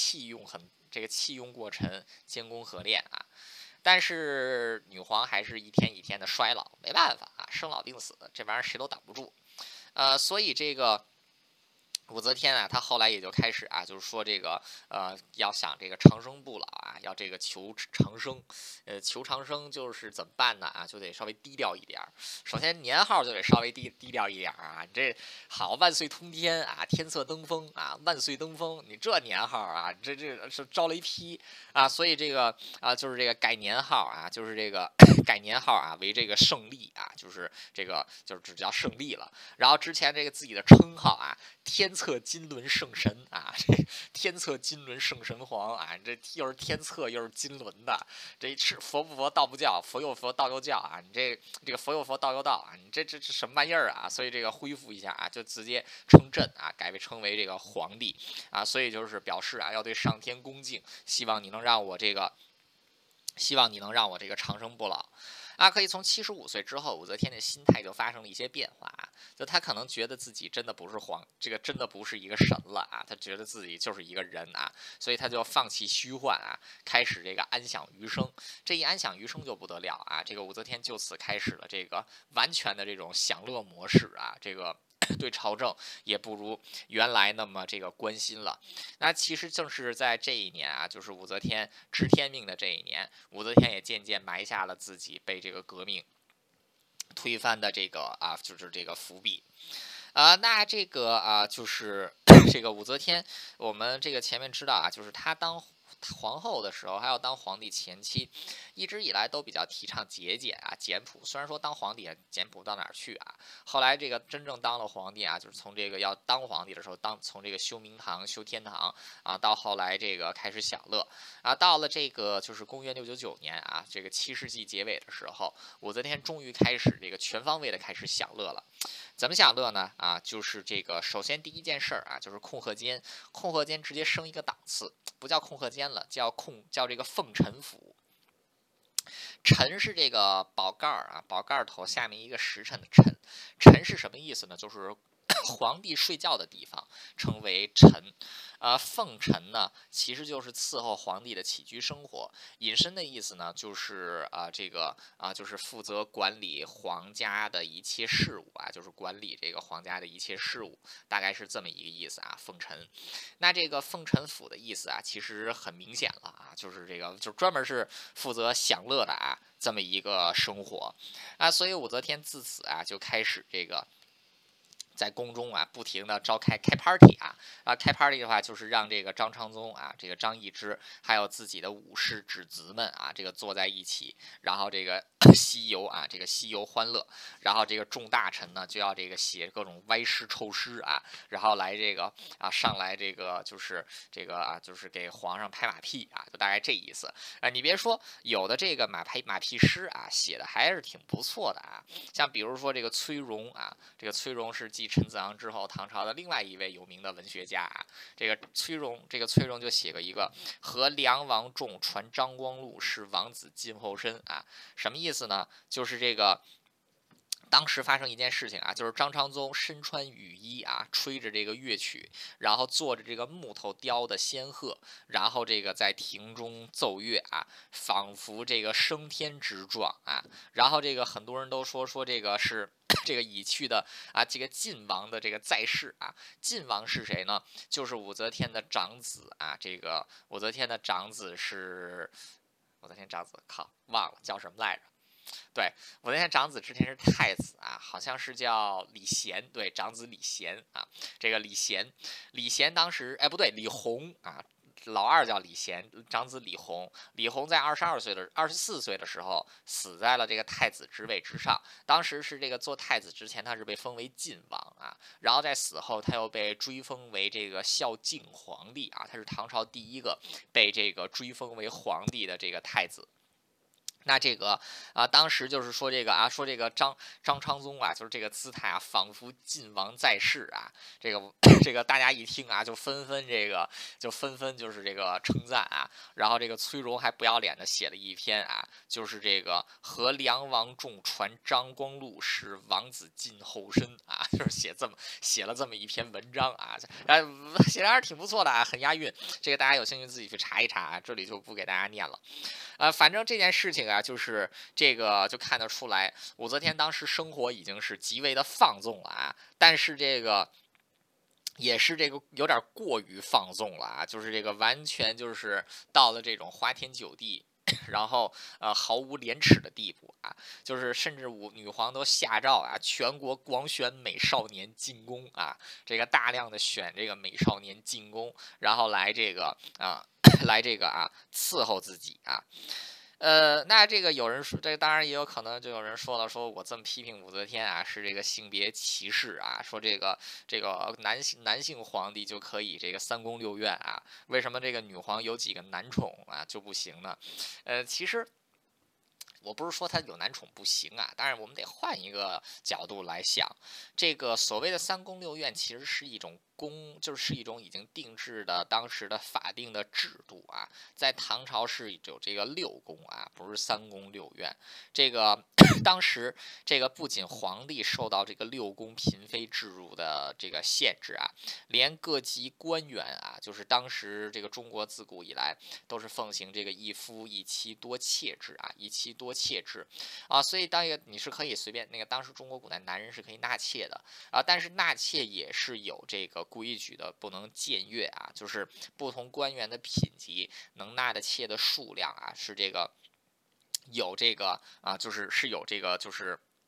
沉，监工合练但是女皇还是一天一天的衰老，没办法生老病死这玩意儿谁都挡不住。所以这个武则天她后来也就开始就是说这个要想这个长生不老要这个求长生，求长生就是怎么办呢就得稍微低调一点儿。首先年号就得稍微低调一点你这好万岁通天天策登峰万岁登峰，你这年号这是招雷劈所以这个就是这个改年号就是这个改年号为这个胜利就是这个就是只叫胜利了。然后之前这个自己的称号天策金轮圣神这天策金轮圣神皇这又是天策又是金轮的，这是佛不佛道不教，佛又佛道又教你这个佛又佛道又道你这什么玩意儿所以这个恢复一下就直接称朕称为这个皇帝所以就是表示要对上天恭敬，希望你能让我这个长生不老。可以从75岁之后，武则天的心态就发生了一些变化就她可能觉得自己真的不是真的不是一个神了她觉得自己就是一个人所以她就放弃虚幻开始这个安享余生。这一安享余生就不得了这个武则天就此开始了这个完全的这种享乐模式这个对朝政也不如原来那么这个关心了。那其实正是在这一年就是武则天知天命的这一年，武则天也渐渐埋下了自己被这个革命推翻的这个就是这个伏笔。那这个就是这个武则天，我们这个前面知道就是她当皇后的时候，还有当皇帝前期，一直以来都比较提倡节俭啊、简朴。虽然说当皇帝也简朴不到哪儿去啊，后来这个真正当了皇帝啊，就是从这个要当皇帝的时候，从这个修明堂、修天堂啊，到后来这个开始享乐啊，到了这个就是公元699年啊，这个7世纪结尾的时候，武则天终于开始这个全方位的开始享乐了。怎么享乐呢？啊，就是这个首先第一件事儿啊，就是控鹤监，控鹤监直接升一个档次，不叫控鹤监了，叫这个奉臣府。臣是这个宝盖儿啊，宝盖儿头下面一个时辰的辰，辰是什么意思呢？就是皇帝睡觉的地方，称为臣。奉臣呢，其实就是伺候皇帝的起居生活。引申的意思呢，就是这个就是负责管理皇家的一切事务啊，就是管理这个皇家的一切事务，大概是这么一个意思啊。奉臣，那这个奉臣府的意思啊，其实很明显了啊，就是这个就专门是负责享乐的啊，这么一个生活啊。所以武则天自此啊就开始这个。在宫中啊，不停的开 party 开 party 的话，就是让这个张昌宗啊，这个张易之，还有自己的武士指侄们啊，这个坐在一起，然后这个西游啊，这个西游欢乐，然后这个众大臣呢就要这个写各种歪诗臭诗啊，然后来这个上来这个就是这个就是给皇上拍马屁啊，就大概这意思你别说，有的这个马屁诗啊，写的还是挺不错的啊，像比如说这个崔融啊，这个崔融是继陈子昂之后唐朝的另外一位有名的文学家啊。这个崔融就写过一个和梁王仲传张光禄，是王子晋后身啊，什么意思呢？就是这个。当时发生一件事情啊，就是张昌宗身穿雨衣啊，吹着这个乐曲，然后坐着这个木头雕的仙鹤，然后这个在庭中奏乐啊，仿佛这个升天之状啊。然后这个很多人都说这个是这个已去的这个晋王的这个在世啊。晋王是谁呢？就是武则天的长子啊。这个武则天的长子是武则天长子，靠，忘了叫什么来着。对，武则天长子之前是太子啊，好像是叫李贤，对，长子李贤啊，这个李贤当时，哎，不对，李弘啊。老二叫李贤，长子李弘。李弘在24岁的时候，死在了这个太子之位之上。当时是这个做太子之前，他是被封为晋王啊，然后在死后，他又被追封为这个孝敬皇帝啊，他是唐朝第一个被这个追封为皇帝的这个太子。那这个当时就是说这个说这个张昌宗啊，就是这个姿态啊，仿佛晋王在世啊。这个这个大家一听啊，就纷纷就是这个称赞啊。然后这个崔融还不要脸的写了一篇啊，就是这个和梁王仲传张光禄，是王子晋后身啊，就是写了这么一篇文章啊，写的还是挺不错的啊，很押韵。这个大家有兴趣自己去查一查啊，这里就不给大家念了。反正这件事情啊，就是这个就看得出来，武则天当时生活已经是极为的放纵了啊，但是这个。也是这个有点过于放纵了啊，就是这个完全就是到了这种花天酒地，然后毫无廉耻的地步啊，就是甚至女皇都下诏啊，全国广选美少年进宫啊，这个大量的选这个美少年进宫，然后来这个来这个伺候自己啊。那这个有人说，这个当然也有可能就有人说了，说我这么批评武则天啊，是这个性别歧视啊，说这个男性皇帝就可以这个三宫六院啊，为什么这个女皇有几个男宠啊就不行呢？其实。我不是说他有男宠不行啊，当然我们得换一个角度来想，这个所谓的三宫六院其实是一种就是一种已经定制的当时的法定的制度啊，在唐朝是有这个六宫啊，不是三宫六院。这个当时这个不仅皇帝受到这个六宫嫔妃制度的这个限制啊，连各级官员啊，就是当时这个中国自古以来都是奉行这个一夫一妻多妾制啊，一妻多妾制所以你是可以随便当时中国古代男人是可以纳妾的但是纳妾也是有这个规矩的，不能僭越啊，就是不同官员的品级能纳的妾的数量啊，是这个有这个就是有这个就是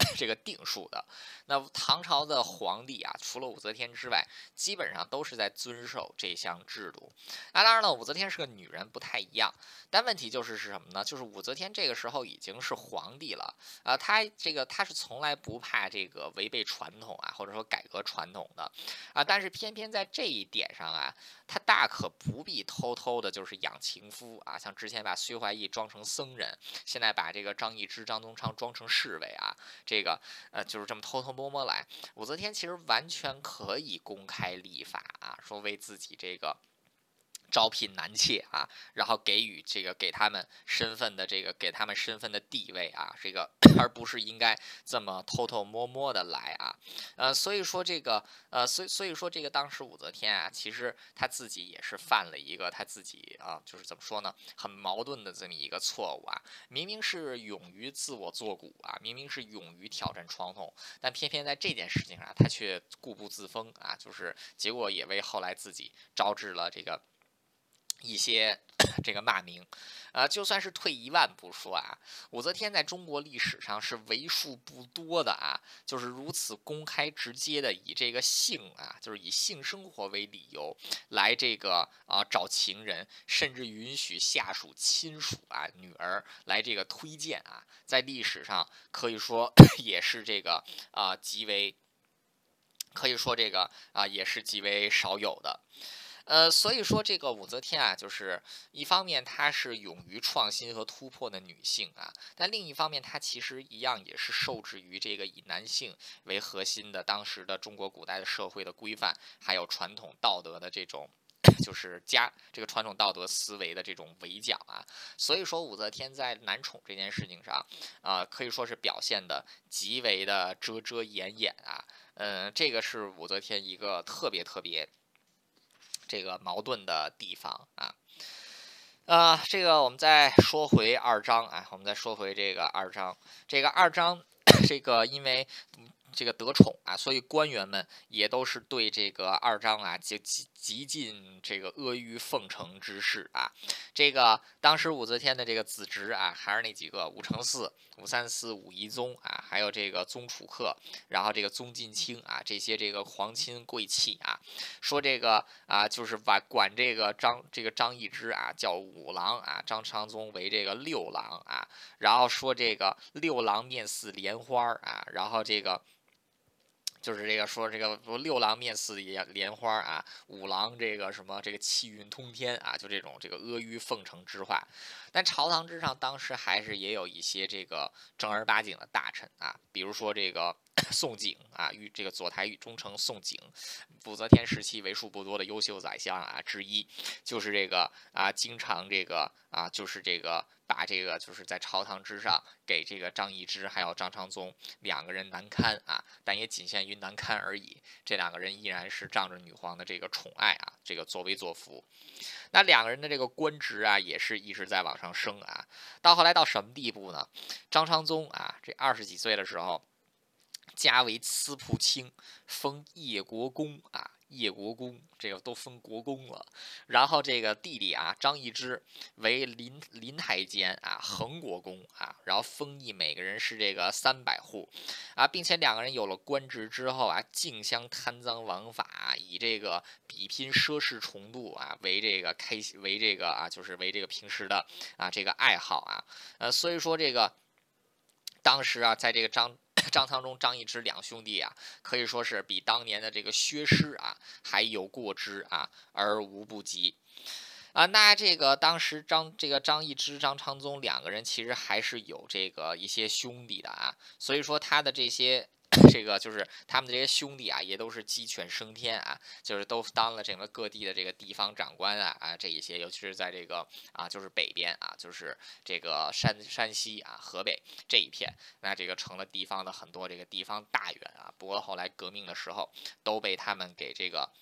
这个定数的。那唐朝的皇帝啊，除了武则天之外，基本上都是在遵守这项制度。当然了，武则天是个女人，不太一样。但问题是什么呢？就是武则天这个时候已经是皇帝了她是从来不怕这个违背传统啊，或者说改革传统的但是偏偏在这一点上啊，她大可不必偷偷的就是养情夫啊，像之前把薛怀义装成僧人，现在把这个张易之、张宗昌装成侍卫啊，这个就是这么偷偷摸摸来。武则天其实完全可以公开立法啊，说为自己这个招聘男妾啊，然后给他们身份的地位啊，而不是应该这么偷偷摸摸的来啊，所以说这个当时武则天啊，其实她自己也是犯了一个她自己就是怎么说呢，很矛盾的这么一个错误啊，明明是勇于自我作古啊，明明是勇于挑战传统，但偏偏在这件事情上，她却固步自封啊，就是结果也为后来自己招致了一些这个骂名，就算是退一万步说啊，武则天在中国历史上是为数不多的啊，就是如此公开直接的以这个性啊，就是以性生活为理由来找情人，甚至允许下属亲属啊女儿来这个推荐啊，在历史上可以说也是极为。可以说也是极为少有的，所以说这个武则天啊，就是一方面她是勇于创新和突破的女性啊，但另一方面她其实一样也是受制于这个以男性为核心的当时的中国古代的社会的规范，还有传统道德的这种。就是这个传统道德思维的这种围剿啊，所以说武则天在男宠这件事情上，可以说是表现的极为的遮遮掩掩啊，这个是武则天一个特别这个矛盾的地方啊。这个我们再说回二章啊，我们再说回这个二章，这个因为这个得宠啊，所以官员们也都是对这个二章啊极尽这个阿谀奉承之事啊。这个当时武则天的这个子侄啊，还是那几个武承嗣、武三思、武懿宗啊，还有这个宗楚客，然后这个宗近卿啊，这些这个皇亲贵戚啊，说这个就是管这个张易之啊叫五郎啊，张昌宗为这个六郎啊，然后说这个六郎面似莲花啊，然后就是说六郎面似莲花啊，五郎这个气运通天啊，就这个阿谀奉承之话。但朝堂之上，当时还是也有一些这个正儿八经的大臣啊，比如说这个宋璟啊，这个左台与忠诚宋璟，武则天时期为数不多的优秀宰相啊之一，就是经常就是把就是在朝堂之上给这个张易之还有张昌宗两个人难堪啊，但也仅限于难堪而已。这两个人依然是仗着女皇的这个宠爱啊，这个作威作福。那两个人的这个官职啊，也是一直在往上升啊。到后来到什么地步呢？张昌宗啊，这20几岁的时候，加为司仆卿，封叶国公啊。叶国公这个都封国公了，然后这个弟弟啊张易之为临台监啊恒国公啊，然后封邑每个人是这个300户啊，并且两个人有了官职之后啊，竞相贪赃枉法，以这个比拼奢侈重度啊为就是为这个平时的这个爱好啊，所以说当时啊，在这个张昌宗、张易之两兄弟啊，可以说是比当年的这个薛师啊还有过之啊，而无不及。那当时张易之、张昌宗两个人其实还是有一些兄弟的啊，所以说他的这些就是他们这些兄弟啊，也都是鸡犬升天啊，就是都当了整个各地的这个地方长官这一些，尤其是在就是北边啊，就是这个山西啊、河北这一片，那这个成了地方的很多这个地方大员啊。不过后来革命的时候，都被他们给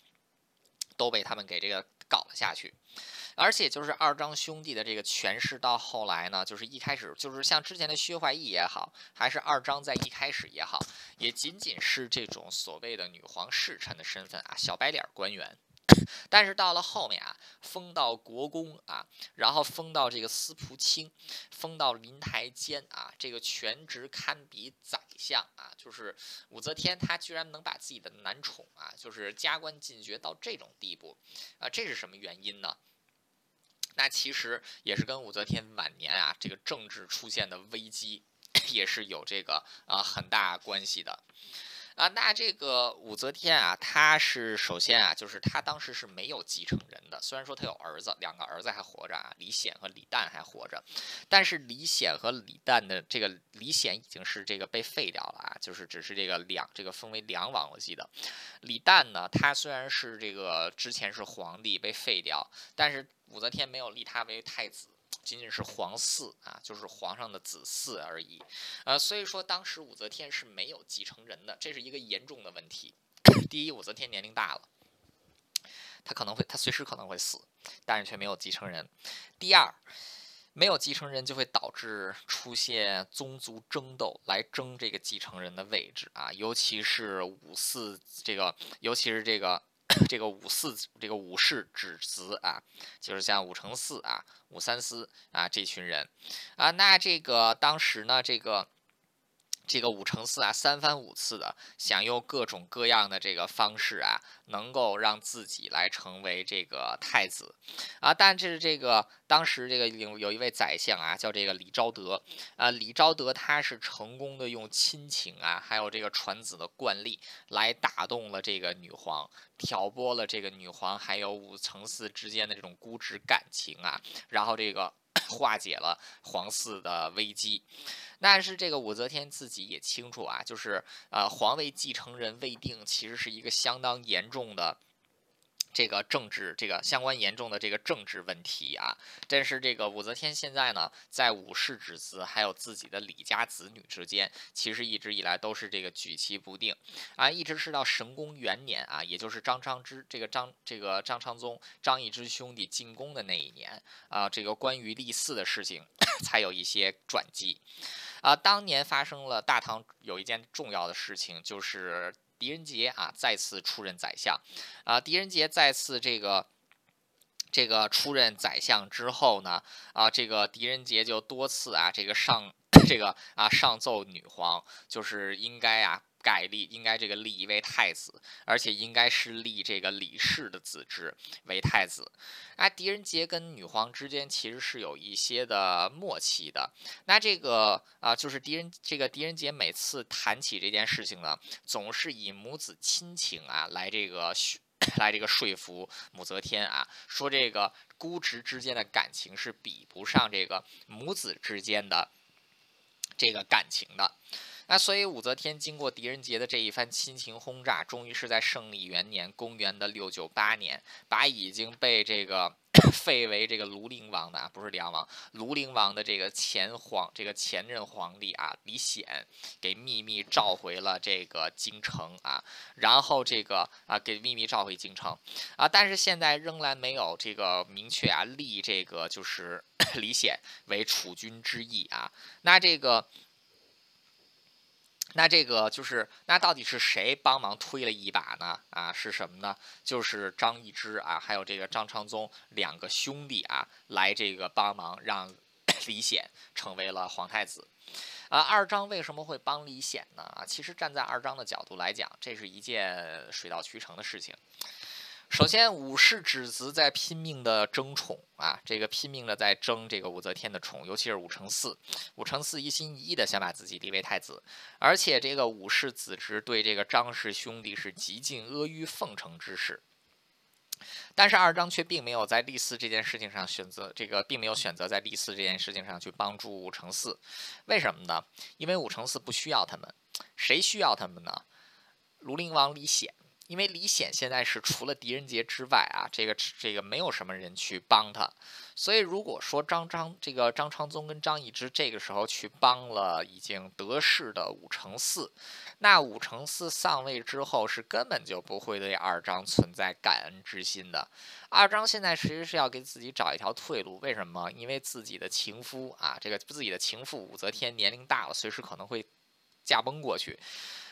搞了下去。而且就是二张兄弟的这个权势到后来呢，就是一开始就是像之前的薛怀义也好，还是二张在一开始也好，也仅仅是这种所谓的女皇侍臣的身份啊，小白脸官员。 但是到了后面啊，封到国公啊，然后封到这个司仆卿，封到临台监啊，这个全职堪比宰相啊，就是武则天她居然能把自己的男宠啊，就是加官进爵到这种地步啊，这是什么原因呢？那其实也是跟武则天晚年啊这个政治出现的危机也是有这个很大关系的。那这个武则天啊，她是首先啊，就是她当时是没有继承人的。虽然说她有儿子，两个儿子还活着啊，李显和李旦还活着，但是李显和李旦的这个李显已经是这个被废掉了啊，就是只是这个封为梁王，我记得。李旦呢，他虽然是这个之前是皇帝被废掉，但是武则天没有立他为太子。仅仅是皇嗣啊，就是皇上的子嗣而已，所以说当时武则天是没有继承人的，这是一个严重的问题。第一，武则天年龄大了，她随时可能会死，但是却没有继承人。第二，没有继承人就会导致出现宗族争斗，来争这个继承人的位置啊，尤其是这个武氏子侄啊，就是像武承嗣啊、武三思啊这群人啊，那这个当时呢，这个武承嗣啊，三番五次的想用各种各样的这个方式啊，能够让自己来成为这个太子啊，但是这个当时这个有一位宰相啊，叫这个李昭德啊，李昭德他是成功的用亲情啊，还有这个传子的惯例来打动了这个女皇，挑拨了这个女皇还有武承嗣之间的这种姑侄感情啊，然后这个化解了皇嗣的危机。但是这个武则天自己也清楚啊，就是皇位继承人未定，其实是一个相当严重的。这个政治，这个相关严重的这个政治问题啊，但是这个武则天现在呢，在武氏之子还有自己的李家子女之间，其实一直以来都是这个举棋不定啊，一直是到神功元年啊，也就是张昌宗张易之兄弟进宫的那一年啊，这个关于立嗣的事情才有一些转机。当年发生了大唐有一件重要的事情，就是狄仁杰啊再次出任宰相，狄仁杰再次这个出任宰相之后呢，这个狄仁杰就多次啊上奏女皇，就是应该应该这个立一位太子，而且应该是立这个李氏的子侄为太子。狄仁杰跟女皇之间其实是有一些的默契的。那这个就是狄仁杰每次谈起这件事情呢，总是以母子亲情啊来这个说服武则天啊，说这个姑侄之间的感情是比不上这个母子之间的这个感情的。那所以武则天经过狄仁杰的这一番亲情轰炸，终于是在胜利元年，公元的698年，把已经被这个废为这个庐陵王的不是梁王，庐陵王的这个前任皇帝啊李显给秘密召回了这个京城啊，然后给秘密召回京城但是现在仍然没有这个明确立这个就是李显为储君之意啊，那这个就是那到底是谁帮忙推了一把呢？是什么呢？就是张易之还有这个张昌宗两个兄弟来这个帮忙让李显成为了皇太子。二张为什么会帮李显呢？其实站在二张的角度来讲，这是一件水到渠成的事情。首先，武氏之子在拼命的争宠这个拼命的在争这个武则天的宠，尤其是武承嗣。武承嗣一心一意的想把自己立为太子，而且这个武氏子侄对这个张氏兄弟是极尽阿谀奉承之事。但是二张却并没有在立嗣这件事情上并没有选择在立嗣这件事情上去帮助武承嗣，为什么呢？因为武承嗣不需要他们，谁需要他们呢？庐陵王李显。因为李显现在是除了狄仁杰之外这个没有什么人去帮他，所以如果说张昌宗跟张易之这个时候去帮了已经得势的武承嗣，那武承嗣上位之后是根本就不会对二张存在感恩之心的。二张现在其实是要给自己找一条退路，为什么？因为自己的情夫自己的情妇武则天年龄大了，随时可能会驾崩过去。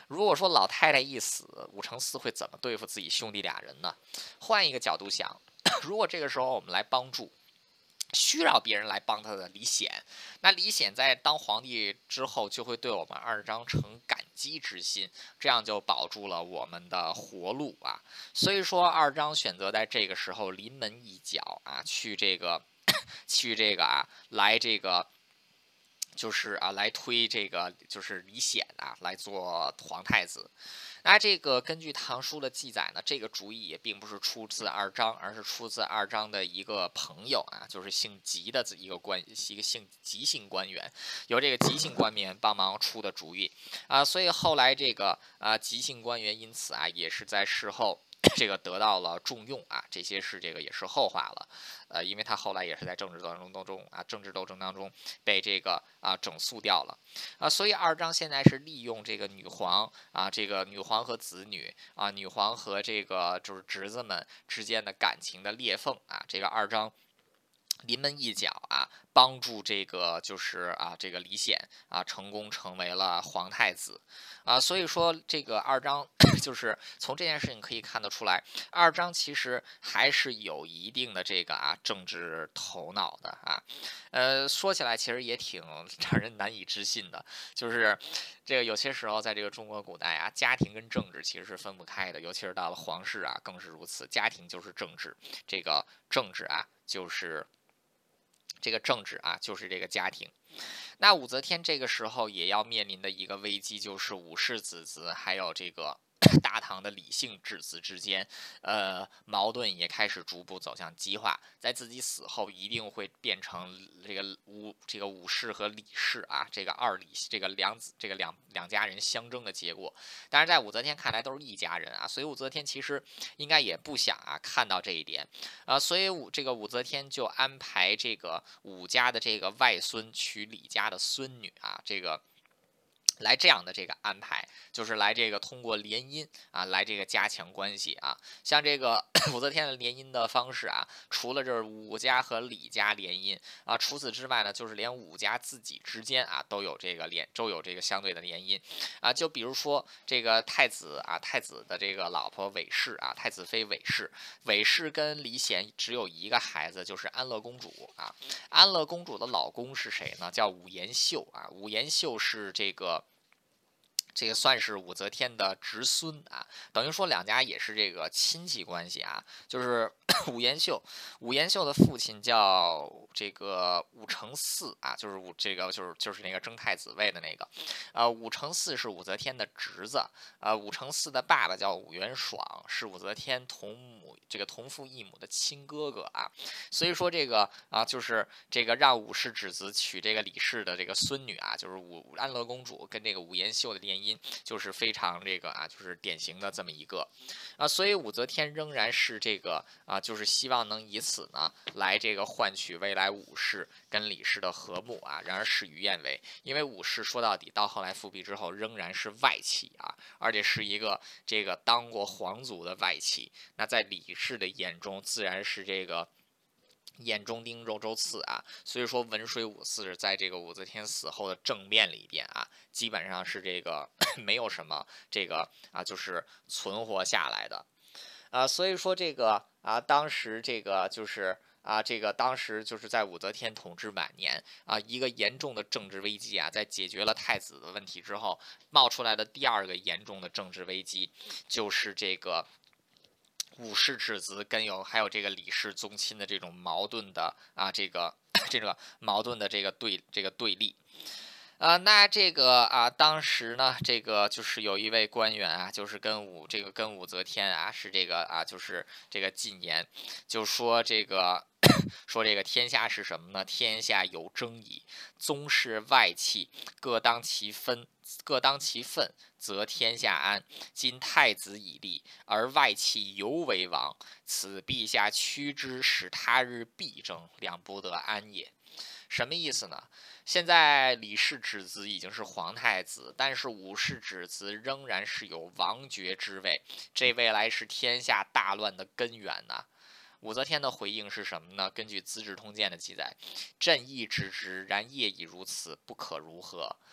如果说老太太一死，武承嗣会怎么对付自己兄弟俩人呢？换一个角度想，如果这个时候我们来帮助需要别人来帮他的李显，那李显在当皇帝之后就会对我们二张呈感激之心，这样就保住了我们的活路啊。所以说二张选择在这个时候临门一脚啊，去这个来这个。就是来推这个就是李显来做皇太子。那这个根据唐书的记载呢，这个主意也并不是出自二张，而是出自二张的一个朋友就是姓吉的一个姓吉姓官员，由这个吉姓官员帮忙出的主意所以后来这个吉姓官员因此也是在事后。这个得到了重用这些是这个也是后话了，因为他后来也是在政治斗争当中被这个整肃掉了所以二张现在是利用这个女皇这个女皇和子女女皇和这个就是侄子们之间的感情的裂缝这个二张。临门一脚帮助这个就是这个李显成功成为了皇太子所以说这个二张就是从这件事情可以看得出来，二张其实还是有一定的这个政治头脑的说起来其实也挺让人难以置信的，就是这个有些时候在这个中国古代家庭跟政治其实是分不开的，尤其是到了皇室更是如此，家庭就是政治，这个政治就是这个政治就是这个家庭。那武则天这个时候也要面临的一个危机，就是武氏子侄还有这个大唐的李姓质子之间，矛盾也开始逐步走向激化，在自己死后一定会变成这个武氏和李氏这个二李这个两家人相争的结果。但是在武则天看来都是一家人所以武则天其实应该也不想看到这一点所以这个武则天就安排这个武家的这个外孙娶李家的孙女这个。来这样的这个安排，就是来这个通过联姻来这个加强关系像这个武则天的联姻的方式除了这武家和李家联姻除此之外呢，就是连武家自己之间都有这个相对的联姻就比如说这个太子的这个老婆韦氏太子妃韦氏跟李显只有一个孩子，就是安乐公主安乐公主的老公是谁呢？叫武延秀武延秀是这个算是武则天的侄孙等于说两家也是这个亲戚关系就是武延秀的父亲叫这个武承嗣就是就是那个争太子位的那个武承嗣是武则天的侄子武承嗣的爸爸叫武元爽，是武则天同父异母的亲哥哥所以说这个就是这个让武氏子侄娶这个李氏的这个孙女就是安乐公主跟这个武延秀的联姻，就是非常这个就是典型的这么一个所以武则天仍然是这个就是希望能以此呢来这个换取未来武氏跟李氏的和睦然而事与愿违，因为武氏说到底到后来复辟之后仍然是外戚而且是一个这个当过皇族的外戚，那在李氏的眼中自然是这个。眼中钉肉中刺所以说文水武四在这个武则天死后的政变里边基本上是这个没有什么这个就是存活下来的所以说这个当时这个就是这个当时就是在武则天统治晚年一个严重的政治危机在解决了太子的问题之后，冒出来的第二个严重的政治危机就是这个。武氏之子还有这个李氏宗亲的这种矛盾的这个矛盾的这个对立那这个当时呢，这个就是有一位官员就是跟武则天是这个就是这个进言，就说这个说这个天下是什么呢？天下有争矣，宗室外戚各当其分，则天下安。今太子已立，而外戚犹为王，此陛下屈之，使他日必争，两不得安也。什么意思呢？现在李氏之子已经是皇太子，但是武氏之子仍然是有王爵之位，这未来是天下大乱的根源呐。武则天的回应是什么呢？根据《资治通鉴》的记载，朕亦知之，然业已如此，不可如何。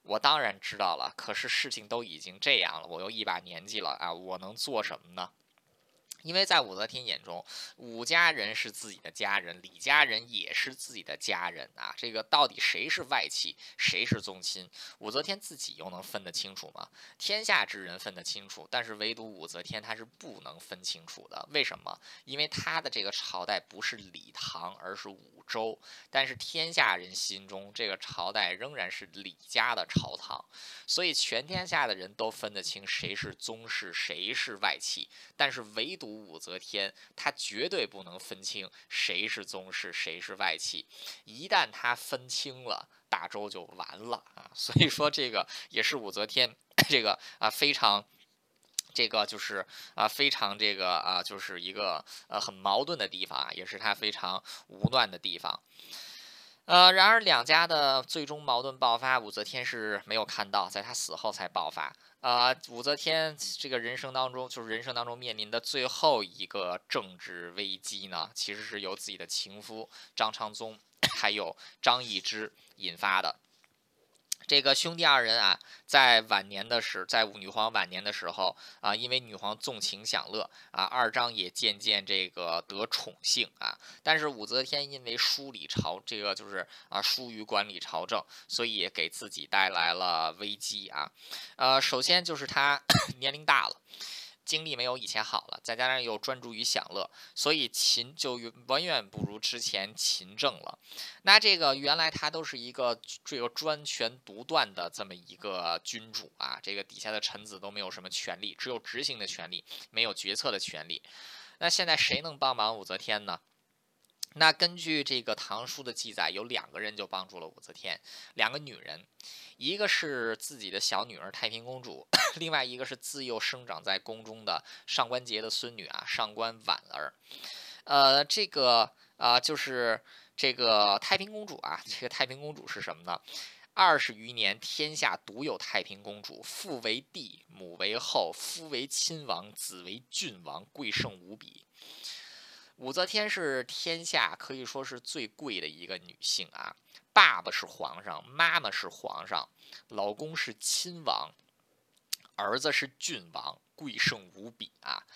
我当然知道了，可是事情都已经这样了，我又一把年纪了啊，我能做什么呢？因为在武则天眼中，武家人是自己的家人，李家人也是自己的家人啊。这个到底谁是外戚，谁是宗亲？武则天自己又能分得清楚吗？天下之人分得清楚，但是唯独武则天她是不能分清楚的。为什么？因为她的这个朝代不是李唐，而是武周。但是天下人心中，这个朝代仍然是李家的朝堂，所以全天下的人都分得清谁是宗室，谁是外戚。但是唯独武则天，她绝对不能分清谁是宗室，谁是外戚。一旦她分清了，大周就完了啊！所以说，这个也是武则天这个非常。这个就是非常这个就是一个很矛盾的地方啊，也是他非常无奈的地方。然而两家的最终矛盾爆发，武则天是没有看到，在她死后才爆发。武则天这个人生当中，就是人生当中面临的最后一个政治危机呢，其实是由自己的情夫张昌宗还有张易之引发的。这个兄弟二人啊，在女皇晚年的时候因为女皇纵情享乐二张也渐渐这个得宠幸但是武则天因为疏于管理朝政，所以也给自己带来了危机首先就是她年龄大了。精力没有以前好了，再加上又专注于享乐，所以秦就远远不如之前勤政了。那这个原来他都是一个这个专权独断的这么一个君主这个底下的臣子都没有什么权利，只有执行的权利，没有决策的权利。那现在谁能帮忙武则天呢？那根据这个唐书的记载，有两个人就帮助了武则天，两个女人，一个是自己的小女儿太平公主，另外一个是自幼生长在宫中的上官桀的孙女上官婉儿。这个就是这个太平公主这个太平公主是什么呢？20余年，天下独有太平公主，父为帝，母为后，夫为亲王，子为郡王，贵盛无比。武则天是天下可以说是最贵的一个女性爸爸是皇上，妈妈是皇上，老公是亲王，儿子是郡王，贵盛无比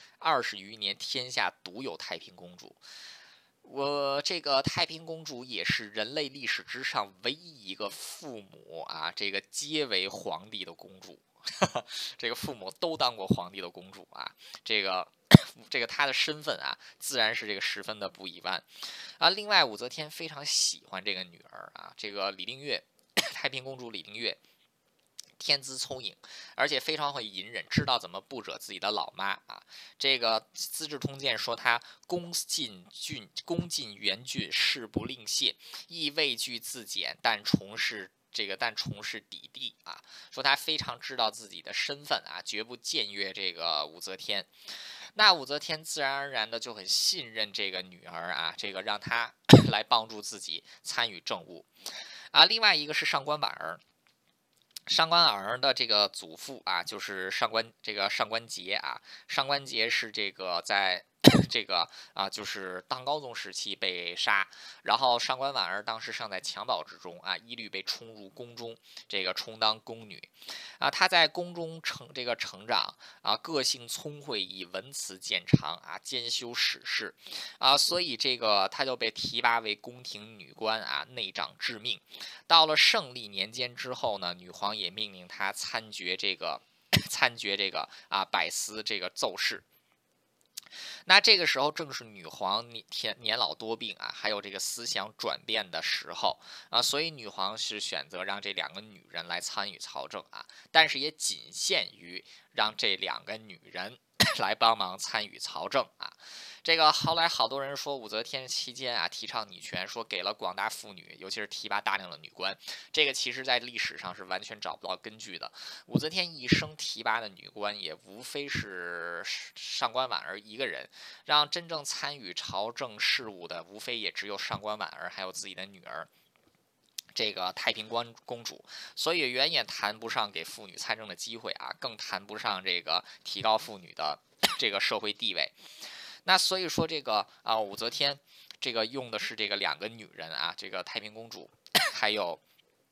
20余年，天下独有太平公主。这个太平公主也是人类历史之上唯一一个父母这个皆为皇帝的公主。这个父母都当过皇帝的公主这个她的身份自然是这个十分的不一般另外，武则天非常喜欢这个女儿这个李令月，太平公主李令月。天资聪颖，而且非常会隐忍，知道怎么不惹自己的老妈这个《资治通鉴》说他恭进元郡，誓不令谢，亦畏惧自检，但从事嫡弟说他非常知道自己的身份绝不僭越这个武则天。那武则天自然而然的就很信任这个女儿这个让她来帮助自己参与政务另外一个是上官婉儿。上官婉儿的这个祖父就是上官桀上官桀是这个在这个就是唐高宗时期被杀，然后上官婉儿当时尚在襁褓之中一律被冲入宫中，这个充当宫女她在宫中成长个性聪慧，以文辞见长兼修史事所以这个她就被提拔为宫廷女官内长致命。到了胜利年间之后呢，女皇也命令她参决这个百司这个奏事。那这个时候正是女皇年老多病还有这个思想转变的时候所以女皇是选择让这两个女人来参与朝政但是也仅限于让这两个女人来帮忙参与朝政这个后来好多人说武则天期间提倡女权，说给了广大妇女，尤其是提拔大量的女官，这个其实在历史上是完全找不到根据的。武则天一生提拔的女官也无非是上官婉儿一个人，让真正参与朝政事务的无非也只有上官婉儿还有自己的女儿。这个太平公主，所以远远谈不上给妇女参政的机会更谈不上这个提高妇女的这个社会地位。那所以说这个武则天这个用的是这个两个女人这个太平公主，还有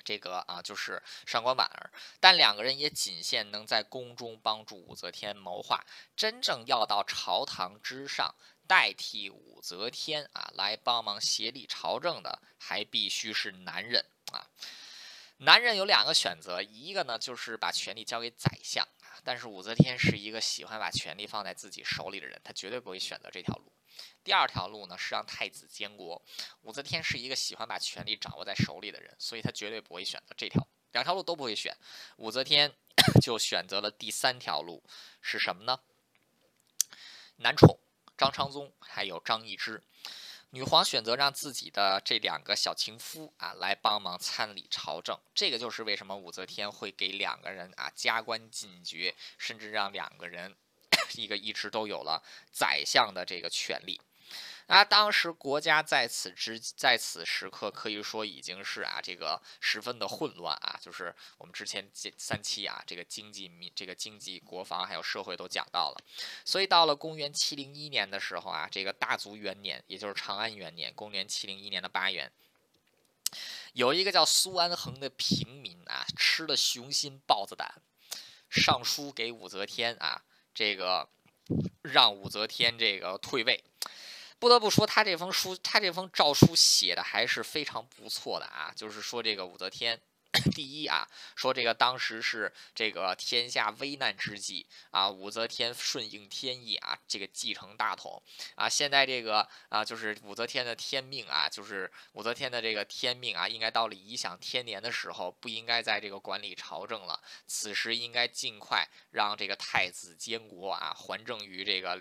这个就是上官婉儿，但两个人也仅限能在宫中帮助武则天谋划，真正要到朝堂之上代替武则天来帮忙协理朝政的，还必须是男人啊。男人有两个选择，一个呢就是把权力交给宰相，但是武则天是一个喜欢把权力放在自己手里的人，她绝对不会选择这条路。第二条路呢是让太子监国，武则天是一个喜欢把权力掌握在手里的人，所以她绝对不会选择这条，两条路都不会选。武则天就选择了第三条路，是什么呢？男宠张昌宗还有张易之。女皇选择让自己的这两个小情夫来帮忙参理朝政，这个就是为什么武则天会给两个人加官进爵，甚至让两个人一直都有了宰相的这个权利。当时国家在此时刻可以说已经是这个十分的混乱就是我们之前3期这个经济、国防还有社会都讲到了，所以到了公元701年的时候这个大族元年，也就是长安元年，公元701年的8月，有一个叫苏安衡的平民吃了雄心豹子胆，上书给武则天这个让武则天这个退位。不得不说，他这封诏书写的还是非常不错的就是说这个武则天，第一说这个当时是这个天下危难之际武则天顺应天意这个继承大统现在这个就是武则天的天命就是武则天的这个天命应该到了颐享天年的时候，不应该在这个管理朝政了，此时应该尽快让这个太子监国还政于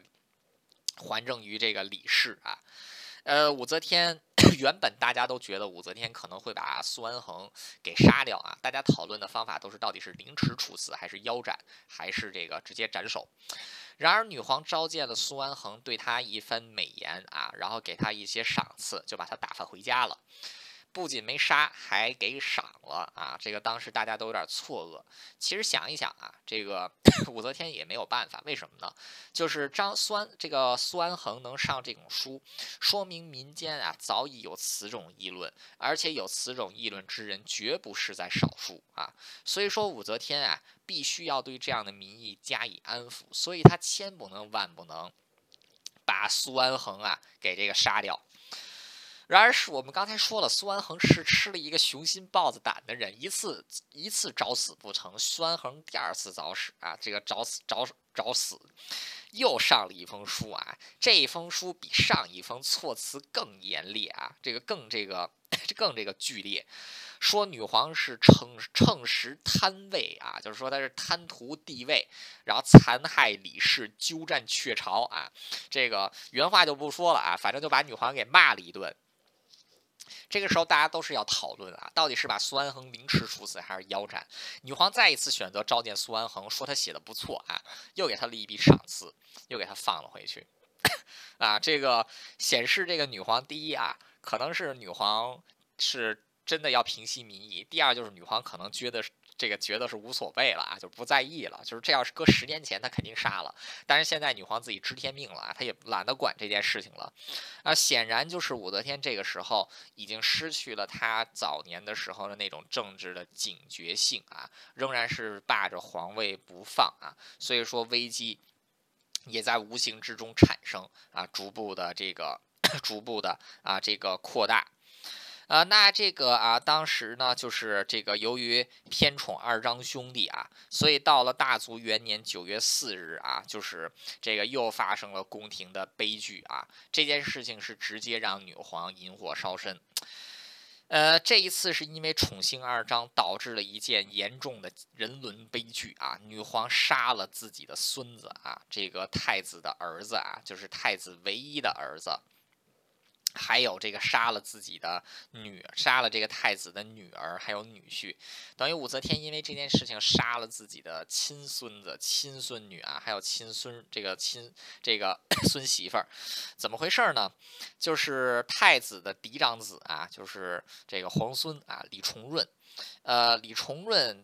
这个李氏武则天原本大家都觉得武则天可能会把苏安衡给杀掉大家讨论的方法都是到底是凌迟处死，还是腰斩，还是这个直接斩首。然而女皇召见了苏安衡，对他一番美言然后给他一些赏赐，就把他打发回家了。不仅没杀，还给赏了这个当时大家都有点错愕。其实想一想这个武则天也没有办法，为什么呢？就是苏安衡能上这种书，说明民间早已有此种议论，而且有此种议论之人绝不是在少数所以说武则天必须要对这样的民意加以安抚，所以她千不能万不能把苏安衡给这个杀掉。然而是我们刚才说了，苏安衡是吃了一个雄心豹子胆的人，一次找死不成，苏安衡第二次找死，又上了一封书这一封书比上一封措辞更严厉更这个剧烈，说女皇是乘时贪位就是说她是贪图帝位，然后残害李氏，鸠占鹊巢这个原话就不说了反正就把女皇给骂了一顿。这个时候大家都是要讨论到底是把苏安衡凌迟处死还是腰斩。女皇再一次选择召见苏安衡，说他写的不错又给他了一笔赏赐，又给他放了回去这个显示这个女皇第一可能是女皇是真的要平息民意，第二就是女皇可能觉得是无所谓了就不在意了，就是这要是搁10年前她肯定杀了，但是现在女皇自己知天命了她也懒得管这件事情了显然就是武则天这个时候已经失去了她早年的时候的那种政治的警觉性仍然是霸着皇位不放所以说危机也在无形之中产生逐步的这个扩大那这个当时呢，就是这个由于偏宠二张兄弟所以到了大族元年9月4日就是这个又发生了宫廷的悲剧这件事情是直接让女皇引火烧身。这一次是因为宠幸二张导致了一件严重的人伦悲剧女皇杀了自己的孙子这个太子的儿子就是太子唯一的儿子。还有这个杀了这个太子的女儿，还有女婿，等于武则天因为这件事情杀了自己的亲孙子、亲孙女还有亲孙孙媳妇儿，怎么回事呢？就是太子的嫡长子就是这个皇孙李重润，李重润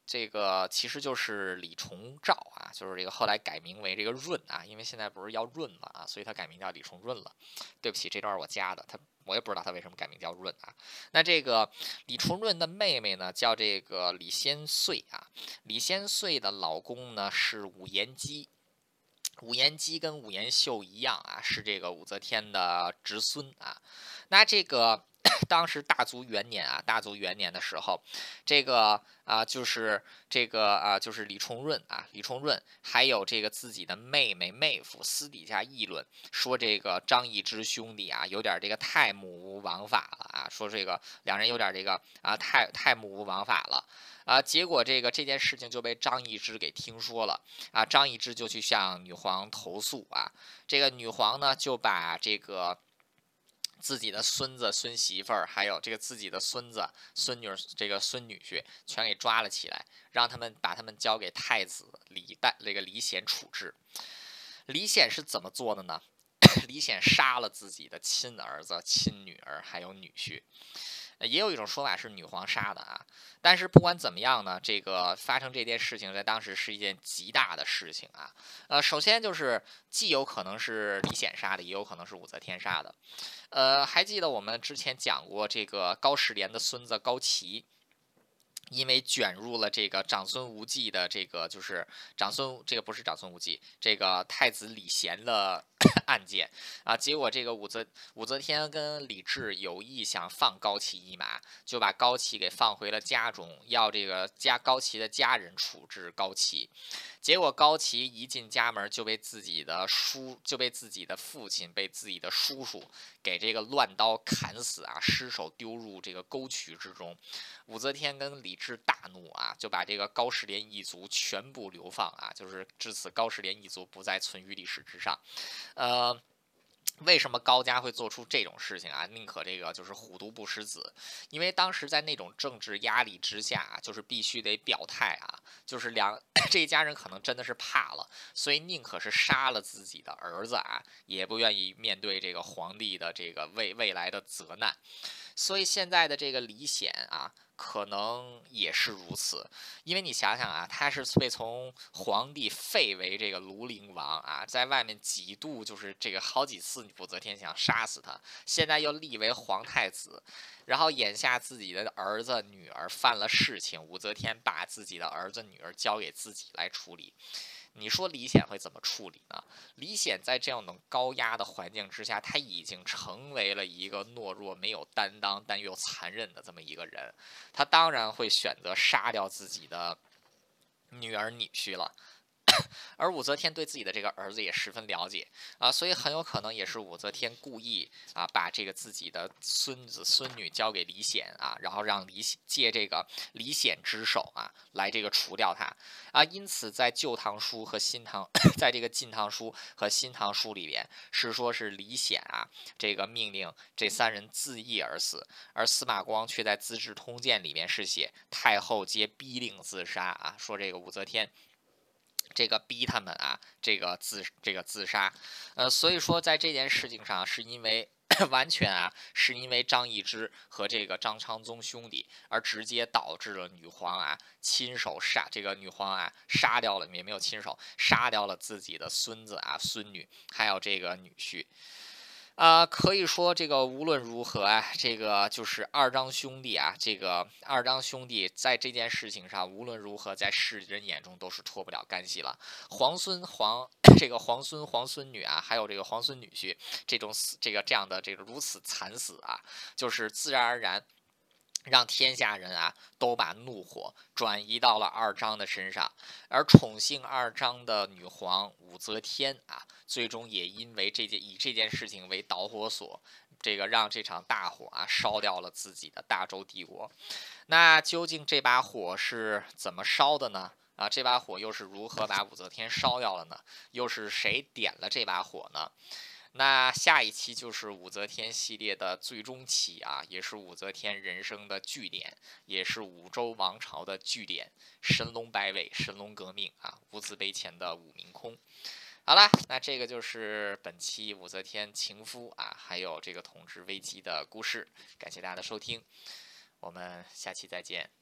这个其实就是李重照啊，就是这个后来改名为这个润啊，因为现在不是要润嘛啊，所以他改名叫李重润了。对不起，这段我加的，我也不知道他为什么改名叫润啊。那这个李重润的妹妹呢，叫这个李仙穗啊。李仙穗的老公呢是武延基。武延基跟武延秀一样啊，是这个武则天的侄孙啊。那这个当时大族元年啊，大族元年的时候，这个就是这个就是李重润啊，李重润还有这个自己的妹夫私底下议论说，这个张易之兄弟啊，有点这个太目无王法了啊，说这个两人有点这个太目无王法了。结果这件事情就被张易之给听说了啊，张易之就去向女皇投诉啊，这个女皇呢就把这个自己的孙子、孙媳妇儿，还有这个自己的孙子、孙女、这个孙女婿，全给抓了起来，让把他们交给太子李显处置。李显是怎么做的呢？李显杀了自己的亲儿子、亲女儿，还有女婿。也有一种说法是女皇杀的啊，但是不管怎么样呢，这个发生这件事情在当时是一件极大的事情啊。首先就是既有可能是李显杀的，也有可能是武则天杀的。还记得我们之前讲过这个高士廉的孙子高齐，因为卷入了这个长孙无忌的这个就是这个不是长孙无忌，这个太子李贤的案件啊，结果这个武则天跟李治有意想放高齐一马，就把高齐给放回了家中，要这个高齐的家人处置高齐。结果高齐一进家门就被自己的父亲被自己的叔叔给这个乱刀砍死啊，尸首丢入这个沟渠之中。武则天跟李治大怒啊，就把这个高士廉一族全部流放啊，就是至此高士廉一族不再存于历史之上。为什么高家会做出这种事情啊？宁可这个就是虎毒不食子，因为当时在那种政治压力之下，就是必须得表态啊，就是这一家人可能真的是怕了，所以宁可是杀了自己的儿子啊，也不愿意面对这个皇帝的这个未来的责难。所以现在的这个李显啊，可能也是如此，因为你想想啊，他是被从皇帝废为这个庐陵王啊，在外面几度就是这个好几次武则天想杀死他，现在又立为皇太子，然后眼下自己的儿子女儿犯了事情，武则天把自己的儿子女儿交给自己来处理。你说李显会怎么处理呢？李显在这样的高压的环境之下，他已经成为了一个懦弱、没有担当但又残忍的这么一个人，他当然会选择杀掉自己的女儿女婿了。而武则天对自己的这个儿子也十分了解啊，所以很有可能也是武则天故意把这个自己的孙子孙女交给李显啊，然后让借这个李显之手来这个除掉他啊。因此，在旧唐书和新唐，在这个晋唐书和新唐书里边是说是李显这个命令这三人自缢而死，而司马光却在《资治通鉴》里面是写太后皆逼令自杀说这个武则天。这个逼他们这个自杀，所以说在这件事情上，是因为完全是因为张易之和这个张昌宗兄弟，而直接导致了女皇亲手杀这个女皇杀掉了，也没有亲手杀掉了自己的孙子孙女，还有这个女婿。可以说这个无论如何这个就是二张兄弟这个二张兄弟在这件事情上无论如何在世人眼中都是脱不了干系了。这个皇孙皇孙女还有这个皇孙女婿这样的这个如此惨死就是自然而然。让天下人都把怒火转移到了二张的身上，而宠幸二张的女皇武则天最终也因为以这件事情为导火索，这个让这场大火烧掉了自己的大周帝国。那究竟这把火是怎么烧的呢？这把火又是如何把武则天烧掉了呢？又是谁点了这把火呢？那下一期就是武则天系列的最终期也是武则天人生的据点，也是武周王朝的据点——神龙摆尾、神龙革命无字碑前的武明空。好了，那这个就是本期武则天情夫还有这个统治危机的故事。感谢大家的收听，我们下期再见。